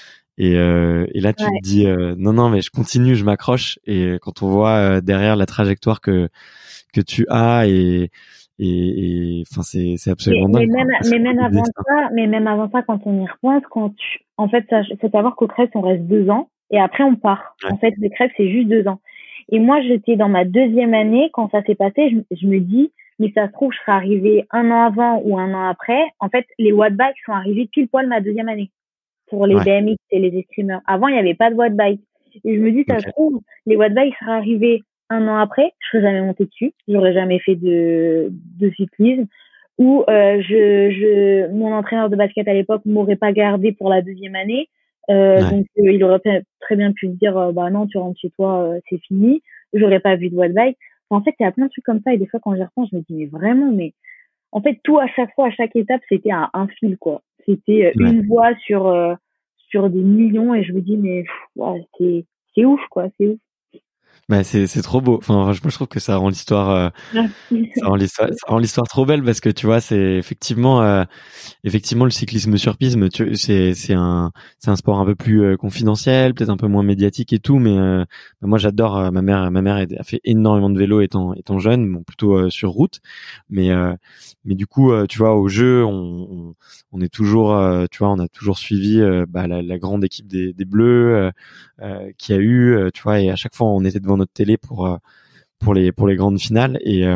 là tu te dis non mais je continue, je m'accroche. Et quand on voit derrière la trajectoire que tu as et enfin c'est absolument dingue. Mais même avant ça, quand on y repense, en fait, faut savoir qu'au Crest on reste 2 ans et après on part. En fait, le Crest c'est juste 2 ans. Et moi, j'étais dans ma 2e année quand ça s'est passé. Je me dis, mais ça se trouve, je serais arrivée 1 an avant ou 1 an après. En fait, les watt bikes sont arrivés pile poil ma 2e année pour les BMX et les escrimeurs. Avant, il n'y avait pas de watt bike. Et je me dis, ça se trouve, les watt bikes seraient arrivés un an après, je serais jamais montée dessus, j'aurais jamais fait de cyclisme, ou mon entraîneur de basket à l'époque m'aurait pas gardé pour la deuxième année, donc il aurait très bien pu me dire, bah non, tu rentres chez toi, c'est fini, j'aurais pas vu de watt bike. En fait, il y a plein de trucs comme ça, et des fois quand j'y repense, je me dis, mais vraiment, mais en fait, tout à chaque fois, à chaque étape, c'était un fil, quoi. C'était une voie sur des millions, et je me dis, mais ouais, c'est ouf, quoi, c'est ouf. Bah c'est trop beau. Enfin franchement je trouve que ça rend l'histoire ça rend l'histoire trop belle parce que tu vois c'est effectivement le cyclisme sur piste c'est un sport un peu plus confidentiel, peut-être un peu moins médiatique et tout, mais moi j'adore. Ma mère a fait énormément de vélo étant jeune, bon plutôt sur route, mais du coup tu vois au jeu on est toujours tu vois on a toujours suivi la grande équipe des Bleus qui a eu tu vois, et à chaque fois on était devant notre télé pour les grandes finales et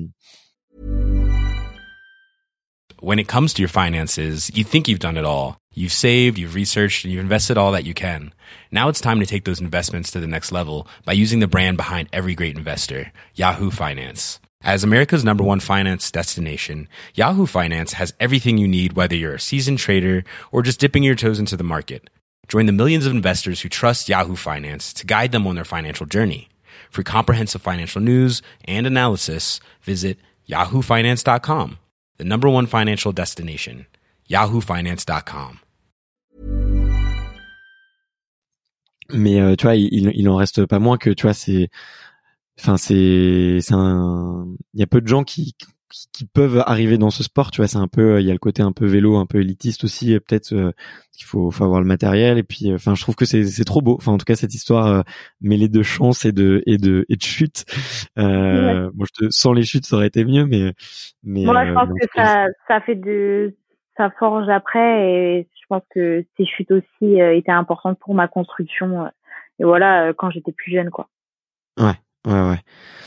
When it comes to your finances, you think you've done it all. You've saved, you've researched, and you've invested all that you can. Now it's time to take those investments to the next level by using the brand behind every great investor, Yahoo Finance. As America's #1 finance destination, Yahoo Finance has everything you need, whether you're a seasoned trader or just dipping your toes into the market. Join the millions of investors who trust Yahoo Finance to guide them on their financial journey. For comprehensive financial news and analysis, visit yahoofinance.com. The #1 financial destination, yahoofinance.com. mais tu vois il en reste pas moins que tu vois il y a peu de gens qui peuvent arriver dans ce sport, tu vois, c'est un peu il y a le côté un peu vélo, un peu élitiste aussi, peut-être qu'il faut avoir le matériel, et puis je trouve que c'est trop beau. Enfin en tout cas cette histoire mêlée de chance et de chute. Bon sans les chutes ça aurait été mieux, mais moi je pense que ça fait ça forge après, et je pense que ces chutes aussi étaient importantes pour ma construction, et voilà, quand j'étais plus jeune, quoi. Ouais.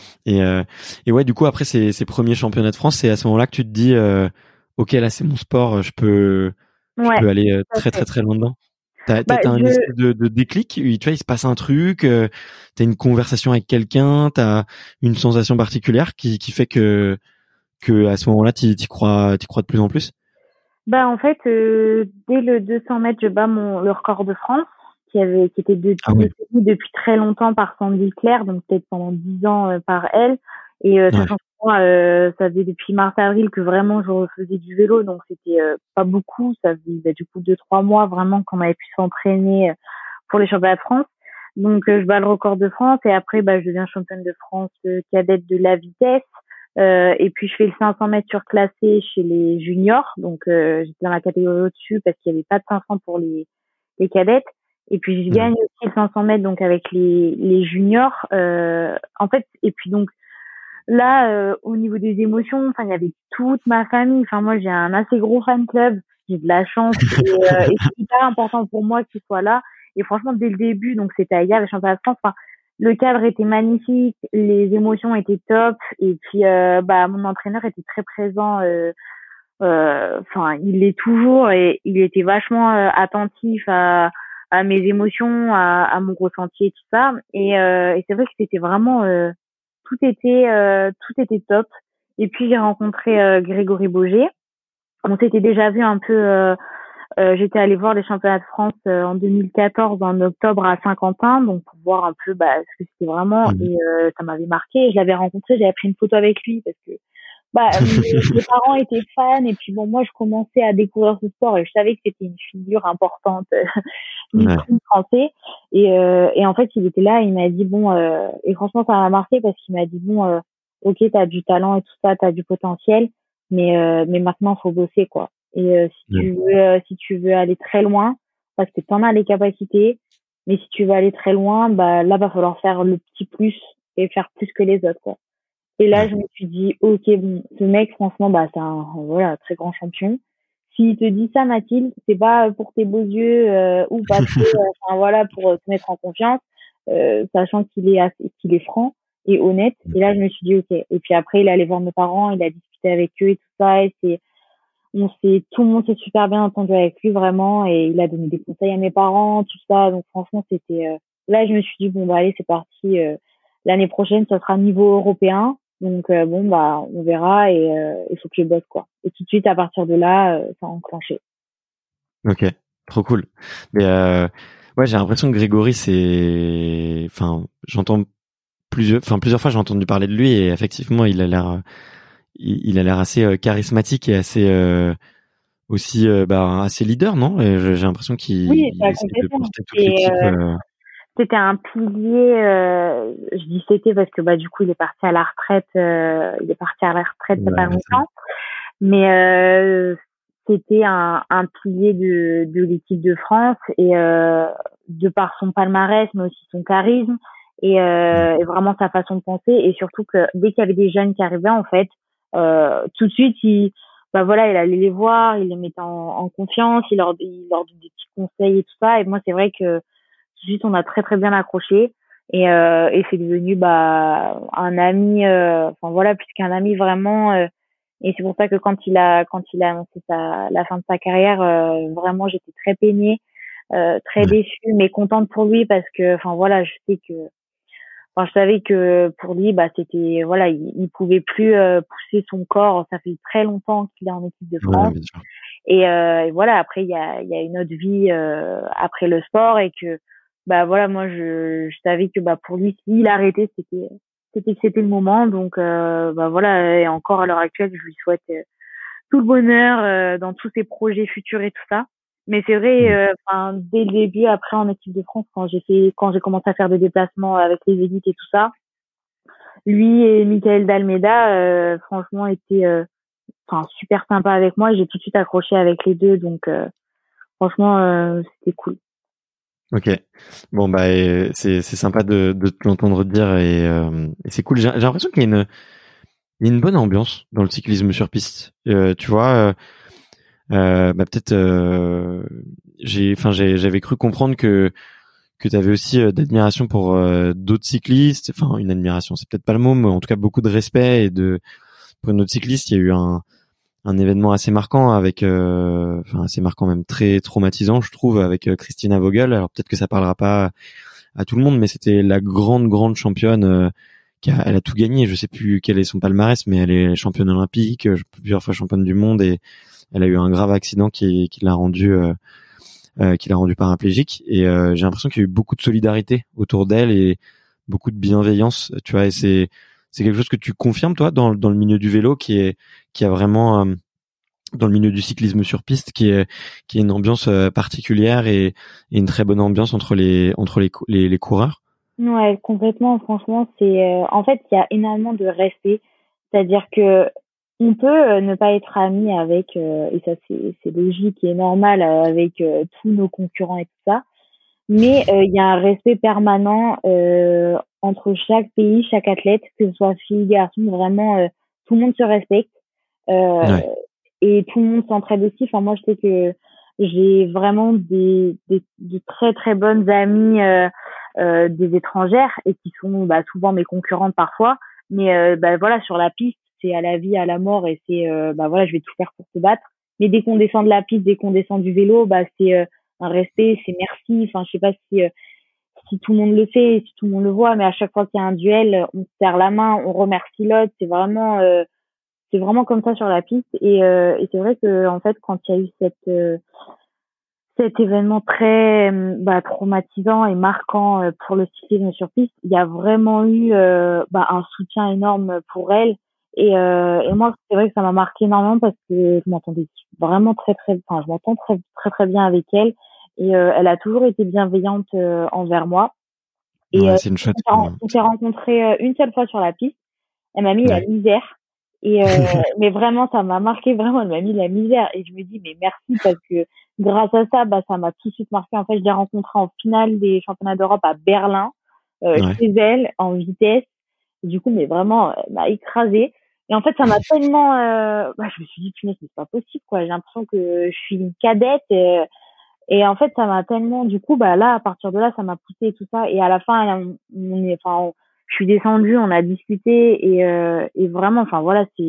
Et ouais, du coup, après ces premiers championnats de France, c'est à ce moment-là que tu te dis, ok, là, c'est mon sport, je peux aller très, très, très loin dedans. T'as un espèce de déclic, tu vois, il se passe un truc, t'as une conversation avec quelqu'un, t'as une sensation particulière qui fait que à ce moment-là, t'y crois de plus en plus? En fait, dès le 200 mètres, je bats le record de France, qui était depuis très longtemps par Sandy Claire, donc peut-être pendant 10 ans par elle. Et sachant que moi, ça faisait depuis mars-avril que vraiment je refaisais du vélo, donc c'était pas beaucoup. Ça faisait du coup 2-3 mois vraiment qu'on avait pu s'entraîner pour les championnats de France. Donc je bats le record de France, et après je deviens championne de France cadette de la vitesse. Et puis je fais le 500 mètres surclassé chez les juniors, donc j'étais dans la catégorie au-dessus parce qu'il n'y avait pas de 500 pour les cadettes. Et puis je gagne aussi le 500 mètres donc avec les juniors. En fait, et puis donc là au niveau des émotions, enfin il y avait toute ma famille. Enfin moi j'ai un assez gros fan club, j'ai de la chance, et c'est hyper important pour moi qu'il soit là. Et franchement dès le début, donc c'était à hier les championnats de France. Enfin, le cadre était magnifique, les émotions étaient top, et puis mon entraîneur était très présent. Enfin, il l'est toujours, et il était vachement attentif à mes émotions, à mon ressenti et tout ça. Et c'est vrai que c'était vraiment tout était top. Et puis j'ai rencontré Grégory Boger. On s'était déjà vu un peu. J'étais allée voir les championnats de France en 2014 en octobre à Saint-Quentin, donc pour voir un peu ce que c'était vraiment. Et ça m'avait marqué. Je l'avais rencontré, j'avais pris une photo avec lui parce que mes parents étaient fans, et puis bon, moi je commençais à découvrir ce sport et je savais que c'était une figure importante du sprint français. Et en fait il était là, il m'a dit et franchement ça m'a marqué parce qu'il m'a dit ok, t'as du talent et tout ça, t'as du potentiel, mais maintenant faut bosser, quoi. Et si tu veux aller très loin, parce que t'en as les capacités, mais si tu veux aller très loin, là va falloir faire le petit plus et faire plus que les autres, quoi. Et là, je me suis dit, ok, bon, ce mec, franchement, c'est un très grand champion. S'il te dit ça, Mathilde, c'est pas pour tes beaux yeux ou parce que, pour te mettre en confiance, sachant qu'il est franc et honnête. Et là, je me suis dit, ok. Et puis après, il est allé voir mes parents, il a discuté avec eux et tout ça. Et tout le monde s'est super bien entendu avec lui, vraiment. Et il a donné des conseils à mes parents, tout ça. Donc franchement, c'était là, je me suis dit, bon, bah, allez, c'est parti. L'année prochaine, ça sera niveau européen. Donc, bon, bah, on verra et il faut que je bosse, quoi. Et tout de suite, à partir de là, ça a enclenché. Ok, trop cool. Mais ouais, j'ai l'impression que Grégory, j'entends plusieurs fois j'ai entendu parler de lui et effectivement, il a l'air assez charismatique et assez aussi assez leader, non? Et j'ai l'impression qu'il Oui, ça, essaie de complètement. porter toute l'équipe. C'était un pilier, je dis c'était parce que, bah, du coup, il est parti à la retraite il y a pas longtemps. Mais c'était un pilier de l'équipe de France et de par son palmarès, mais aussi son charisme et vraiment sa façon de penser et surtout que dès qu'il y avait des jeunes qui arrivaient, en fait, tout de suite, il allait les voir, il les mettait en confiance, il leur donnait des petits conseils et tout ça. Et moi, c'est vrai que tout de suite, on a très très bien accroché et c'est devenu un ami, plus qu'un ami vraiment. Et c'est pour ça que quand il a annoncé la fin de sa carrière, vraiment j'étais très peinée, très déçue, mais contente pour lui parce que je savais que pour lui c'était il pouvait plus pousser son corps, ça fait très longtemps qu'il est en équipe de France. Bien sûr. Et voilà, après il y a une autre vie après le sport et que moi je savais que pour lui s'il arrêtait c'était le moment. Donc et encore à l'heure actuelle je lui souhaite tout le bonheur dans tous ses projets futurs et tout ça. Mais c'est vrai, dès le début, après en équipe de France, quand j'ai commencé à faire des déplacements avec les élites et tout ça, lui et Michael d'Almeida, franchement, étaient super sympa avec moi. J'ai tout de suite accroché avec les deux, donc franchement, c'était cool. Ok. Bon c'est sympa de te l'entendre dire et c'est cool. J'ai l'impression qu'il y a une bonne ambiance dans le cyclisme sur piste. Tu vois. Peut-être j'avais cru comprendre que tu avais aussi d'admiration pour d'autres cyclistes, enfin une admiration, c'est peut-être pas le mot, mais en tout cas beaucoup de respect pour une autre cycliste. Il y a eu un événement assez marquant assez marquant, même très traumatisant, je trouve, avec Christina Vogel. Alors peut-être que ça parlera pas à tout le monde, mais c'était la grande championne elle a tout gagné. Je sais plus quel est son palmarès, mais elle est championne olympique, plusieurs fois championne du monde et elle a eu un grave accident qui l'a rendu paraplégique et j'ai l'impression qu'il y a eu beaucoup de solidarité autour d'elle et beaucoup de bienveillance, tu vois, et c'est quelque chose que tu confirmes toi dans le milieu du vélo qui a vraiment dans le milieu du cyclisme sur piste qui est une ambiance particulière et une très bonne ambiance entre les coureurs. Ouais, complètement. Franchement, c'est en fait il y a énormément de respect, c'est-à-dire que on peut ne pas être amis avec et ça c'est logique et normal avec tous nos concurrents et tout ça, mais il y a un respect permanent entre chaque pays, chaque athlète, que ce soit fille, garçon, vraiment tout le monde se respecte et tout le monde s'entraide aussi. Enfin moi je sais que j'ai vraiment de très très bonnes amies des étrangères et qui sont souvent mes concurrentes parfois, mais sur la piste c'est à la vie à la mort et c'est je vais tout faire pour se battre. Mais dès qu'on descend de la piste, dès qu'on descend du vélo, c'est un respect, c'est merci. Enfin je sais pas si tout le monde le fait, si tout le monde le voit, mais à chaque fois qu'il y a un duel, on se serre la main, on remercie l'autre. C'est vraiment comme ça sur la piste et c'est vrai que en fait quand il y a eu cet événement très traumatisant et marquant pour le cyclisme sur piste, il y a vraiment eu un soutien énorme pour elle et moi c'est vrai que ça m'a marqué énormément parce que je m'entendais vraiment je m'entends très très très bien avec elle et elle a toujours été bienveillante envers moi et c'est une chouette. on s'est rencontrés une seule fois sur la piste. Elle m'a mis la misère. Et mais vraiment ça m'a marqué, vraiment elle m'a mis la misère et je me dis mais merci parce que grâce à ça ça m'a tout de suite marqué. En fait je l'ai rencontrée en finale des championnats d'Europe à Berlin chez elle en vitesse, du coup mais vraiment elle m'a écrasée et en fait ça m'a tellement je me suis dit punaise c'est pas possible quoi, j'ai l'impression que je suis une cadette et en fait ça m'a tellement du coup là à partir de là ça m'a poussée et tout ça et à la fin je suis descendue, on a discuté et vraiment,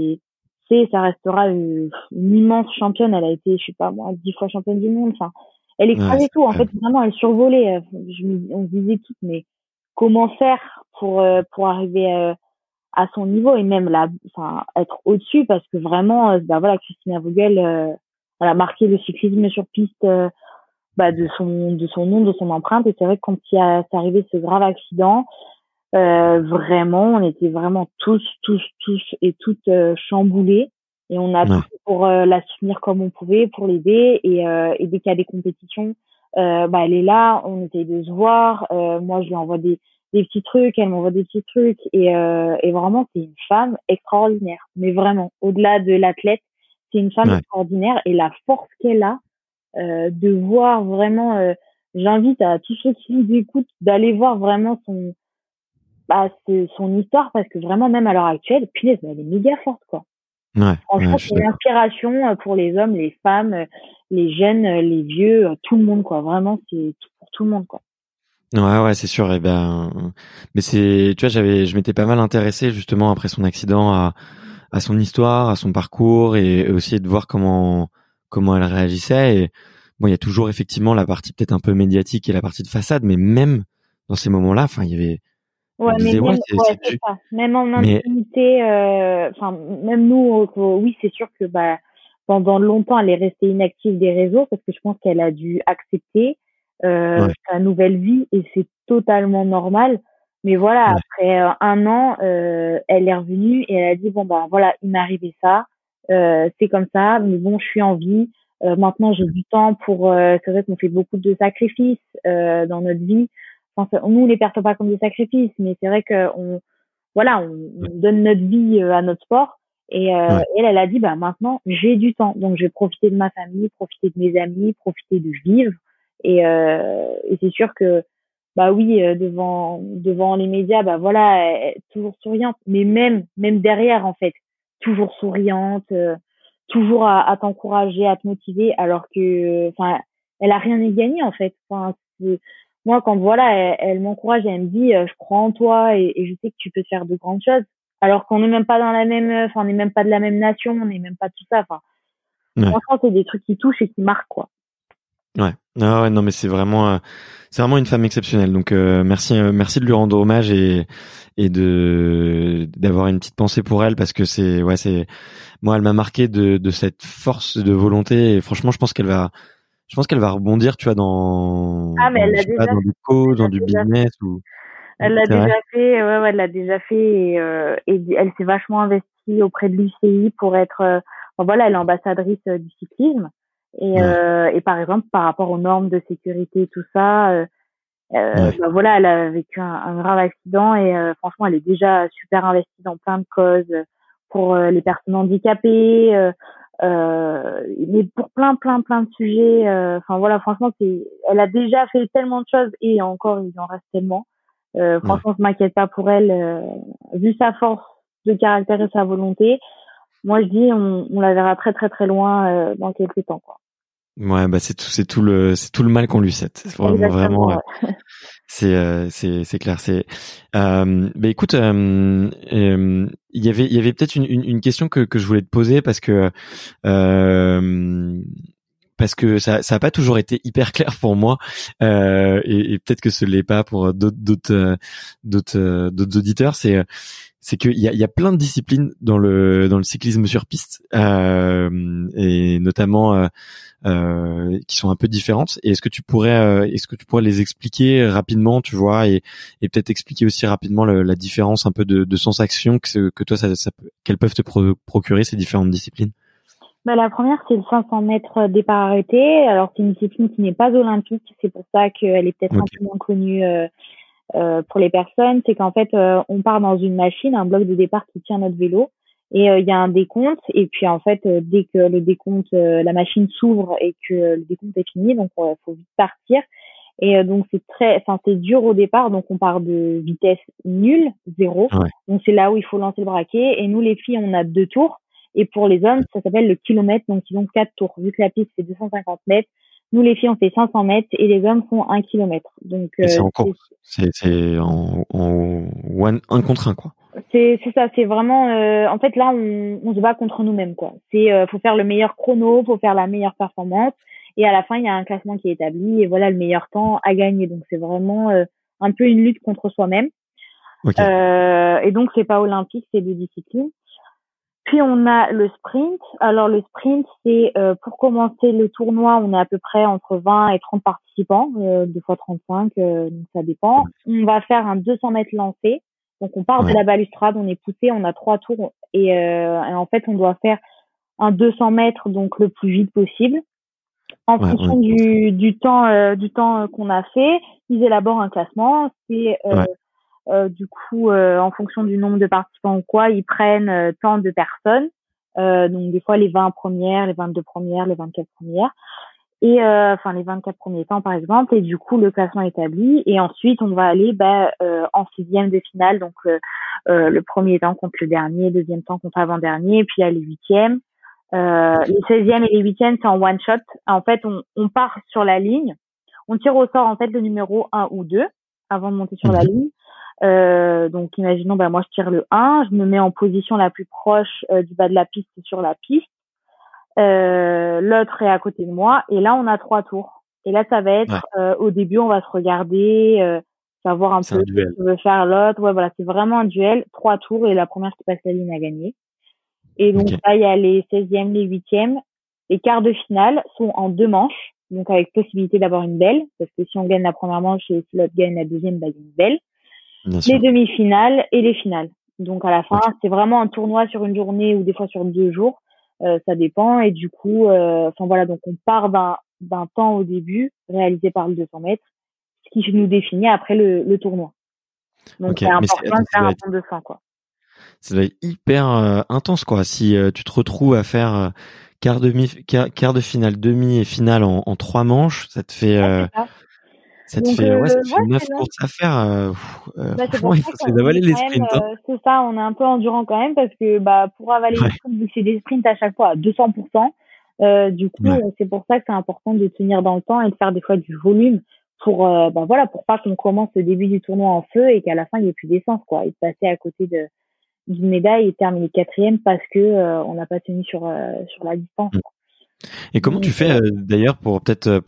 ça restera une immense championne. Elle a été, je sais pas moi, 10 fois championne du monde. Enfin, Elle écrasait tout. En fait, vraiment, elle survolait. On se disait tout, mais comment faire pour arriver à son niveau et même être au-dessus, parce que vraiment, voilà, Christina Vogel, elle a marqué le cyclisme sur piste, de son nom, de son empreinte. Et c'est vrai que quand c'est arrivé ce grave accident, vraiment, on était vraiment tous et toutes chamboulés, et on a tout fait pour la soutenir comme on pouvait, pour l'aider, et dès qu'il y a des compétitions, elle est là, on essaye de se voir, moi je lui envoie des petits trucs, elle m'envoie des petits trucs, et vraiment c'est une femme extraordinaire, mais vraiment au-delà de l'athlète, c'est une femme extraordinaire, et la force qu'elle a de voir vraiment, j'invite à tous ceux qui nous écoutent d'aller voir vraiment son histoire, parce que vraiment, même à l'heure actuelle, punaise, elle est méga forte, quoi. Franchement, c'est une inspiration pour les hommes, les femmes, les jeunes, les vieux, tout le monde, quoi. Vraiment, c'est pour tout le monde, quoi. Ouais, c'est sûr. Et mais tu vois, je m'étais pas mal intéressé justement après son accident à son histoire, à son parcours, et aussi de voir comment elle réagissait. Et bon, il y a toujours effectivement la partie peut-être un peu médiatique et la partie de façade, mais même dans ces moments-là, enfin, il y avait. C'est ça. Même en intimité, même nous, oui, c'est sûr que pendant longtemps, elle est restée inactive des réseaux, parce que je pense qu'elle a dû accepter sa nouvelle vie, et c'est totalement normal. Mais voilà, après 1 an, elle est revenue et elle a dit voilà, il m'est arrivé ça, c'est comme ça, mais bon, je suis en vie. Maintenant, j'ai du temps pour. C'est vrai qu'on fait beaucoup de sacrifices dans notre vie. Enfin, nous, on les perçoit pas comme des sacrifices, mais c'est vrai que on donne notre vie à notre sport. Et elle a dit maintenant, j'ai du temps, donc je vais profiter de ma famille, profiter de mes amis, profiter de vivre. Et c'est sûr que devant les médias, elle est toujours souriante, mais même derrière, en fait, toujours souriante, toujours à t'encourager, à te motiver, alors que elle a rien à gagner, en fait. Moi, quand elle m'encourage et elle me dit je crois en toi, et je sais que tu peux faire de grandes choses, alors qu'on n'est même pas dans la même, on n'est même pas de la même nation, on n'est même pas tout ça. Franchement, c'est des trucs qui touchent et qui marquent, quoi. Ouais. Non, mais c'est vraiment une femme exceptionnelle. Donc merci de lui rendre hommage, et d'avoir une petite pensée pour elle, parce que moi, elle m'a marqué de cette force de volonté, et franchement, je pense qu'elle va rebondir, tu vois, dans des causes, dans du business, ou. Elle l'a déjà fait, elle l'a déjà fait, et elle s'est vachement investie auprès de l'UCI pour être, elle est ambassadrice du cyclisme, et par exemple, par rapport aux normes de sécurité, tout ça, elle a vécu un grave accident, et franchement, elle est déjà super investie dans plein de causes pour les personnes handicapées, mais pour plein de sujets. Franchement, elle a déjà fait tellement de choses, et encore, il en reste tellement. Franchement, je m'inquiète pas pour elle, vu sa force de caractère et sa volonté. Moi, je dis, on la verra très très très loin dans quelques temps, quoi. Ouais, c'est tout le mal qu'on lui souhaite. Vraiment, c'est clair. Écoute, il y avait peut-être une question que je voulais te poser, parce que ça a pas toujours été hyper clair pour moi, et peut-être que ce l'est pas pour d'autres auditeurs. C'est qu'il y a plein de disciplines dans le cyclisme sur piste, et notamment qui sont un peu différentes. Et est-ce que tu pourrais les expliquer rapidement, tu vois, et peut-être expliquer aussi rapidement la différence un peu de sensation que toi qu'elles peuvent te procurer, ces différentes disciplines? La première, c'est le 500 mètres départ arrêté. Alors, c'est une discipline qui n'est pas olympique. C'est pour ça qu'elle est peut-être un peu moins connue pour les personnes. C'est qu'en fait, on part dans une machine, un bloc de départ qui tient notre vélo. Et il y a un décompte. Et puis, en fait, dès que le décompte, la machine s'ouvre et que le décompte est fini, donc faut vite partir. Et donc, c'est dur au départ. Donc, on part de vitesse nulle, 0. Ouais. Donc, c'est là où il faut lancer le braquet. Et nous, les filles, on a 2 tours. Et pour les hommes, ça s'appelle le kilomètre, donc ils ont 4 tours. Vu que la piste fait 250 mètres, nous les filles on fait 500 mètres et les hommes font 1 kilomètre. Donc c'est en course, c'est en 1 contre 1, quoi. C'est ça, c'est vraiment en fait là on se bat contre nous-mêmes, quoi. Faut faire le meilleur chrono, faut faire la meilleure performance, Et à la fin, il y a un classement qui est établi et voilà, le meilleur temps a gagné. Donc, c'est vraiment un peu une lutte contre soi-même. Ok. Et donc, c'est pas olympique, c'est deux disciplines. Puis, on a le sprint. Alors, le sprint, c'est pour commencer le tournoi, on est à peu près entre 20 et 30 participants, deux fois 35, donc ça dépend. On va faire un 200 mètres lancé. Donc, on part de la balustrade, on est poussé, on a 3 tours et en fait, on doit faire un 200 mètres, donc le plus vite possible. En fonction du temps qu'on a fait, ils élaborent un classement. C'est du coup, en fonction du nombre de participants ou quoi, ils prennent tant de personnes. Donc des fois les 20 premières, les 22 premières, les 24 premières. Et enfin les 24 premiers temps par exemple. Et du coup le classement est établi. Et ensuite on va aller en 6e de finale. Donc le premier temps contre le dernier, deuxième temps contre l'avant-dernier, et puis il y a les 8e. Les 16e et les 8e, c'est en one shot. En fait, on part sur la ligne. On tire au sort, en fait, le numéro 1 ou 2 avant de monter sur la ligne. Donc, imaginons, moi, je tire le 1. Je me mets en position la plus proche du bas de la piste sur la piste. L'autre est à côté de moi. Et là, on a 3 tours. Et là, ça va être, au début, on va se regarder, savoir un peu ce que veut faire l'autre. Ouais, voilà, c'est vraiment un duel. 3 tours et la première qui passe la ligne a gagné. Et donc là, il y a les 16e, les 8e. Les quarts de finale sont en 2 manches, donc avec possibilité d'avoir une belle, parce que si on gagne la première manche et si l'autre gagne la deuxième, il y a une belle. Les demi-finales et les finales. Donc à la fin, c'est vraiment un tournoi sur une journée ou des fois sur 2 jours. Ça dépend. Et du coup, voilà, donc on part d'un temps au début réalisé par le 200 mètres, ce qui nous définit après le tournoi. Donc c'est important de faire un temps de 100, quoi. Ça doit être hyper intense, quoi. Si tu te retrouves à faire quart de finale, demi et finale en 3 manches, ça te fait ça te fait 9 courses à faire. Franchement, il faut se les avaler les sprints. C'est ça, on est un peu endurant quand même parce que pour avaler les sprints, vu que c'est des sprints à chaque fois à 200%, du coup, c'est pour ça que c'est important de tenir dans le temps et de faire des fois du volume pour pour pas qu'on commence le début du tournoi en feu et qu'à la fin il n'y ait plus d'essence, quoi, et de passer à côté d'une médaille et terminer 4e parce que on n'a pas tenu sur la distance. Et comment tu fais d'ailleurs pour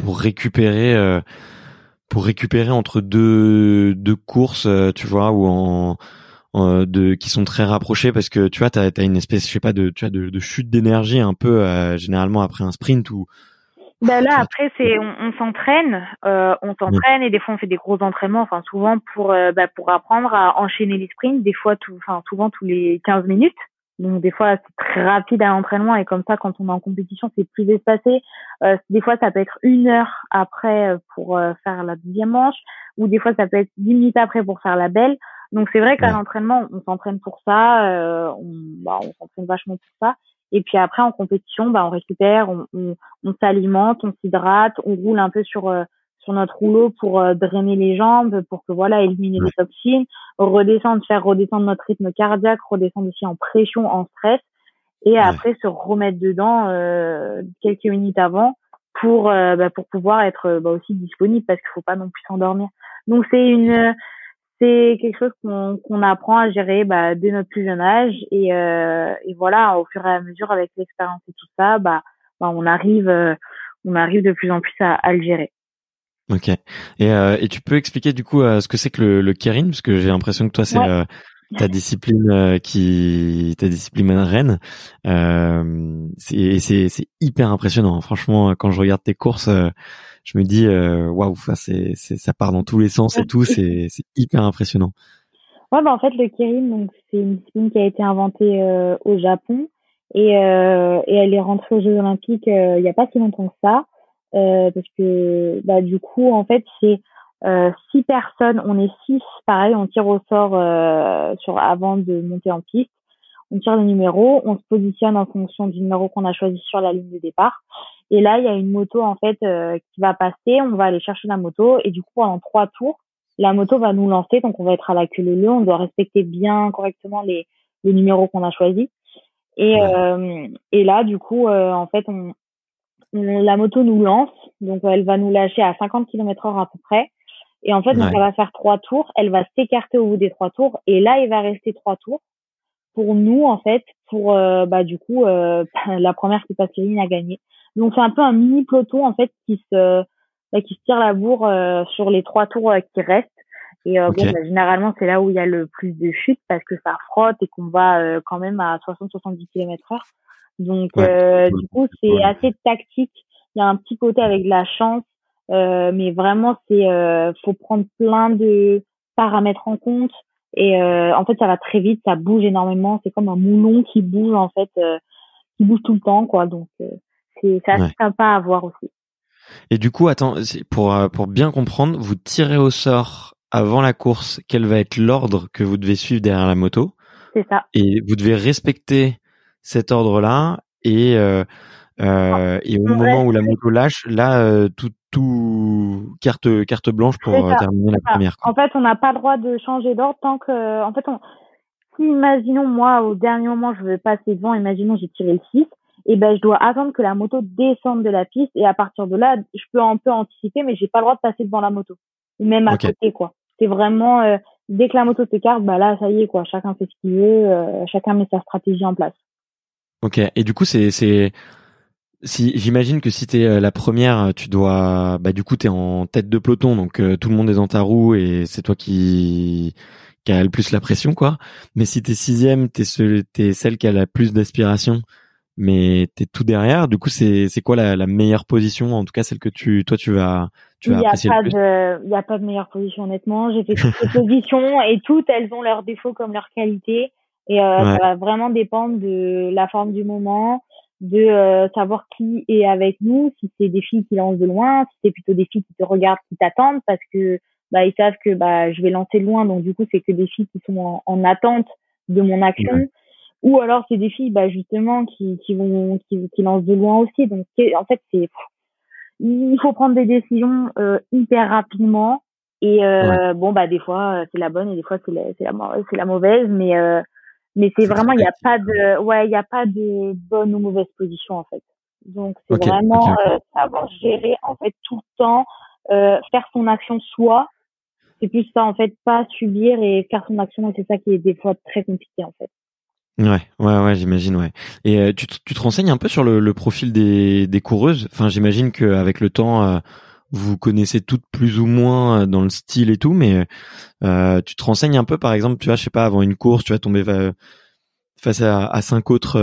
récupérer entre deux courses, tu vois, ou qui sont très rapprochées, parce que tu vois, t'as une espèce, je sais pas, de chute d'énergie un peu généralement après un sprint ou. Là après on s'entraîne, et des fois on fait des gros entraînements, enfin souvent pour apprendre à enchaîner les sprints, des fois souvent tous les 15 minutes. Donc des fois c'est très rapide à l'entraînement et comme ça quand on est en compétition c'est plus espacé. Des fois ça peut être 1 heure après pour faire la deuxième manche, ou des fois ça peut être 10 minutes après pour faire la belle. Donc c'est vrai qu'à l'entraînement on s'entraîne pour ça, on s'entraîne vachement pour ça. Et puis après en compétition, on récupère, on s'alimente, on s'hydrate, on roule un peu sur notre rouleau pour drainer les jambes, pour que éliminer les toxines, faire redescendre notre rythme cardiaque, redescendre aussi en pression, en stress, et après se remettre dedans quelques minutes avant pour pouvoir être aussi disponible, parce qu'il faut pas non plus s'endormir. Donc c'est quelque chose qu'on apprend à gérer dès notre plus jeune âge, et voilà, au fur et à mesure avec l'expérience et tout ça, on arrive de plus en plus à le gérer. Ok. Et tu peux expliquer du coup ce que c'est que le keirin, parce que j'ai l'impression que toi c'est ta discipline ta discipline reine. C'est hyper impressionnant. Franchement, quand je regarde tes courses, je me dis waouh, ça part dans tous les sens et tout, c'est hyper impressionnant. Ouais, en fait le keirin, donc c'est une discipline qui a été inventée au Japon, et elle est rentrée aux Jeux Olympiques il y a pas si longtemps que ça, parce que du coup en fait c'est 6 personnes, on est 6, pareil, on tire au sort avant de monter en piste. On tire le numéro, on se positionne en fonction du numéro qu'on a choisi sur la ligne de départ. Et là, il y a une moto en fait qui va passer, on va aller chercher la moto, et du coup pendant 3 tours, la moto va nous lancer, donc on va être à la queue leu-leu, on doit respecter bien correctement les numéros qu'on a choisis. Et là du coup en fait la moto nous lance, donc elle va nous lâcher à 50 km/h à peu près. Et en fait, donc, elle va faire 3 tours, elle va s'écarter au bout des 3 tours, et là, il va rester 3 tours pour nous, en fait, pour, du coup, la première qui passe les lignes a gagné. Donc c'est un peu un mini peloton en fait qui se tire la bourre sur les 3 tours qui restent. Et Ok. généralement c'est là où il y a le plus de chutes parce que ça frotte et qu'on va quand même à 60-70 km/h. Donc Ouais. du coup c'est assez tactique. Il y a un petit côté avec de la chance, mais vraiment faut prendre plein de paramètres en compte. Et en fait ça va très vite, ça bouge énormément. C'est comme un moulon qui bouge en fait, qui bouge tout le temps quoi. Donc c'est assez Ouais. sympa à voir aussi. Et du coup, attends, pour bien comprendre, vous tirez au sort avant la course quel va être l'ordre que vous devez suivre derrière la moto, C'est ça. et vous devez respecter cet ordre-là, et au On moment où la reste- moto lâche, là, tout carte blanche C'est pour ça. terminer la C'est ça. première, quoi. En fait, on n'a pas le droit de changer d'ordre tant que, en fait, si imaginons moi au dernier moment je veux passer devant, imaginons j'ai tiré le 6, et ben je dois attendre que la moto descende de la piste et à partir de là je peux un peu anticiper mais j'ai pas le droit de passer devant la moto ou même à Ok. côté quoi. C'est vraiment dès que la moto s'écarte, bah là ça y est quoi, chacun fait ce qu'il veut, chacun met sa stratégie en place. Ok. Et du coup, si j'imagine que si t'es la première, tu dois, bah du coup t'es en tête de peloton, donc tout le monde est dans ta roue et c'est toi qui a le plus la pression, quoi. Mais si t'es sixième, t'es celle qui a la plus d'aspiration, mais t'es tout derrière. Du coup, c'est quoi la meilleure position, en tout cas celle que tu vas Il y a apprécier le pas plus? de, il y a pas de meilleure position honnêtement. J'ai fait toutes les positions et toutes elles ont leurs défauts comme leurs qualités et Ouais. ça va vraiment dépendre de la forme du moment, de savoir qui est avec nous, si c'est des filles qui lancent de loin, si c'est plutôt des filles qui te regardent, qui t'attendent parce que bah ils savent que bah je vais lancer de loin donc du coup c'est que des filles qui sont en attente de mon action Ouais. ou alors c'est des filles bah justement qui lancent de loin aussi donc en fait c'est il faut prendre des décisions hyper rapidement et Ouais. bon bah des fois c'est la bonne et des fois c'est la mauvaise mais c'est C'est très vraiment tactique. il y a pas de bonne ou mauvaise position en fait. Donc c'est Ok. Ok. vraiment Ok. savoir gérer en fait tout le temps, faire son action soi, c'est plus ça en fait, pas subir et faire son action et c'est ça qui est des fois très compliqué en fait. Ouais, j'imagine, ouais. Et tu te renseignes un peu sur le profil des coureuses. Enfin, j'imagine qu'avec le temps, vous connaissez toutes plus ou moins dans le style et tout, mais tu te renseignes un peu, par exemple, tu vois, je sais pas, avant une course, tu vas tomber face à cinq autres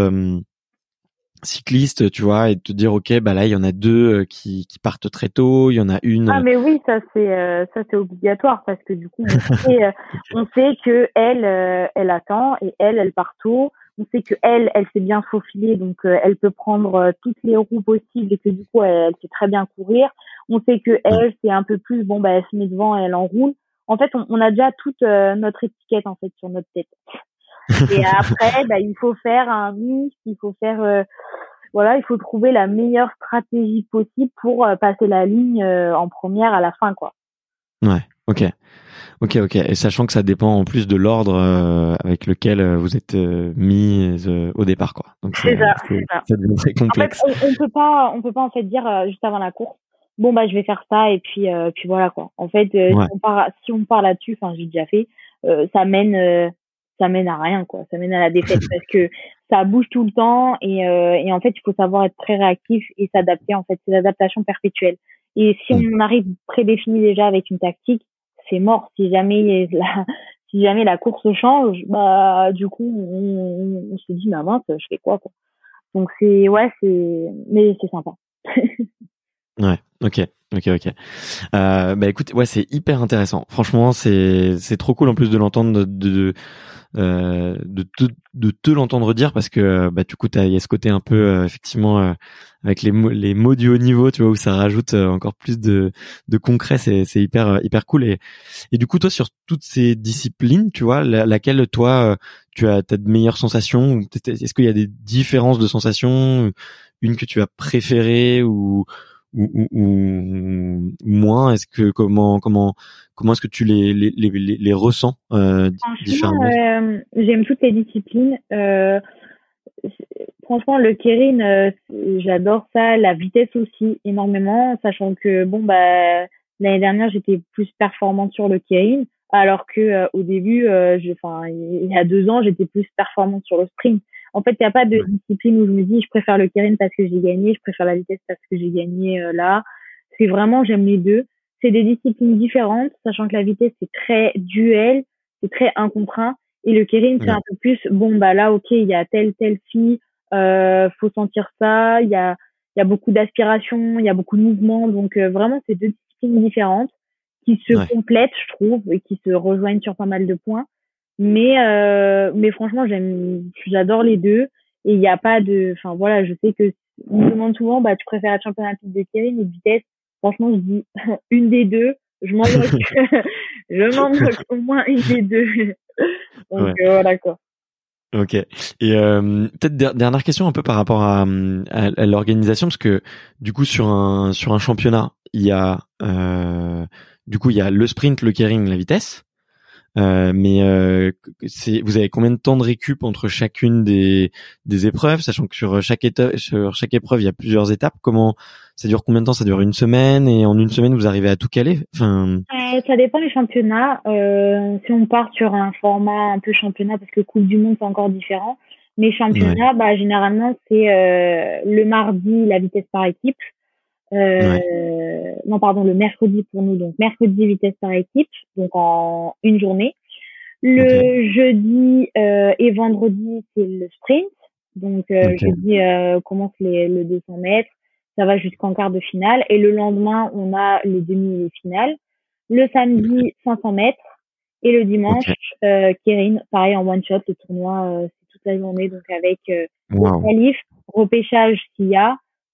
cyclistes, tu vois, et te dire, ok, bah là, il y en a deux qui partent très tôt, il y en a une. Ah mais oui, ça c'est obligatoire parce que du coup on sait que elle attend et elle part tôt. On sait que elle s'est bien faufilée donc elle peut prendre toutes les roues possibles et que du coup elle sait très bien courir. On sait que Ouais. elle c'est un peu plus bon bah elle se met devant et elle enroule. En fait on a déjà toute notre étiquette en fait sur notre tête. Et après bah il faut faire un mix, il faut faire voilà, il faut trouver la meilleure stratégie possible pour passer la ligne en première à la fin, quoi. Ouais. Ok. Et sachant que ça dépend en plus de l'ordre avec lequel vous êtes mis au départ, quoi. Donc C'est ça, c'est ça. ça devient très En fait, complexe. on peut pas en fait dire juste avant la course, bon bah je vais faire ça et puis voilà quoi. En fait, Ouais. si on part là-dessus, enfin j'ai déjà fait, ça mène à rien quoi. Ça mène à la défaite parce que ça bouge tout le temps et en fait il faut savoir être très réactif et s'adapter. En fait, c'est l'adaptation perpétuelle. Et si Mm. on arrive prédéfini déjà avec une tactique, c'est mort. Si jamais la course change, bah du coup on se dit mais mince, je fais quoi quoi. Donc mais c'est sympa. Ouais. Ok. Bah écoute, ouais, c'est hyper intéressant. Franchement, c'est trop cool en plus de l'entendre de te l'entendre dire parce que bah du coup il y a ce côté un peu effectivement avec les mots du haut niveau, tu vois, où ça rajoute encore plus de concret. C'est hyper cool. Et du coup toi sur toutes ces disciplines, tu vois, laquelle toi t'as de meilleures sensations, ou est-ce qu'il y a des différences de sensations, une que tu as préférée ou moins? Est-ce que comment est-ce que tu les ressens Franchement, différemment? j'aime toutes les disciplines. Franchement, le keirin, j'adore ça. La vitesse aussi énormément, sachant que bon bah l'année dernière j'étais plus performante sur le keirin, alors que au début, enfin il y a 2 ans j'étais plus performante sur le sprint. En fait, il n'y a pas de discipline où je me dis, je préfère le keirin parce que j'ai gagné, je préfère la vitesse parce que j'ai gagné là. C'est vraiment, j'aime les deux. C'est des disciplines différentes, sachant que la vitesse, c'est très duel, c'est très un contre un. Et le keirin, c'est un peu plus, bon, bah là, ok, il y a telle fille, faut sentir ça, il y a beaucoup d'aspiration, il y a beaucoup de mouvements. Donc, vraiment, c'est deux disciplines différentes qui se complètent, je trouve, et qui se rejoignent sur pas mal de points. Mais franchement, j'adore les deux. Et il n'y a pas de, enfin voilà, je sais que on me demande souvent, bah, tu préfères être champion olympique de keirin ou de vitesse? Franchement, je dis une des deux. Je m'en moque au moins une des deux. Donc, voilà, quoi. Ok. Et peut-être dernière question un peu par rapport à l'organisation, parce que du coup sur un championnat, il y a le sprint, le keirin, la vitesse. Mais vous avez combien de temps de récup entre chacune des épreuves, sachant que sur chaque épreuve il y a plusieurs étapes. Comment ça dure? Combien de temps? Ça dure une semaine, et en une semaine vous arrivez à tout caler? Enfin, ça dépend des championnats. Si on part sur un format un peu championnat, parce que Coupe du Monde c'est encore différent, mais championnat, bah généralement c'est le mardi la vitesse par équipe. Non, pardon, le mercredi pour nous, donc mercredi vitesse par équipe, donc en une journée. Le jeudi et vendredi c'est le sprint, donc jeudi commence le 200 mètres, ça va jusqu'en quart de finale, et le lendemain on a les demi et les finales. Le samedi 500 mètres, et le dimanche keirin, pareil en one shot, le tournoi c'est toute la journée, donc avec qualif, repêchage s'il y a,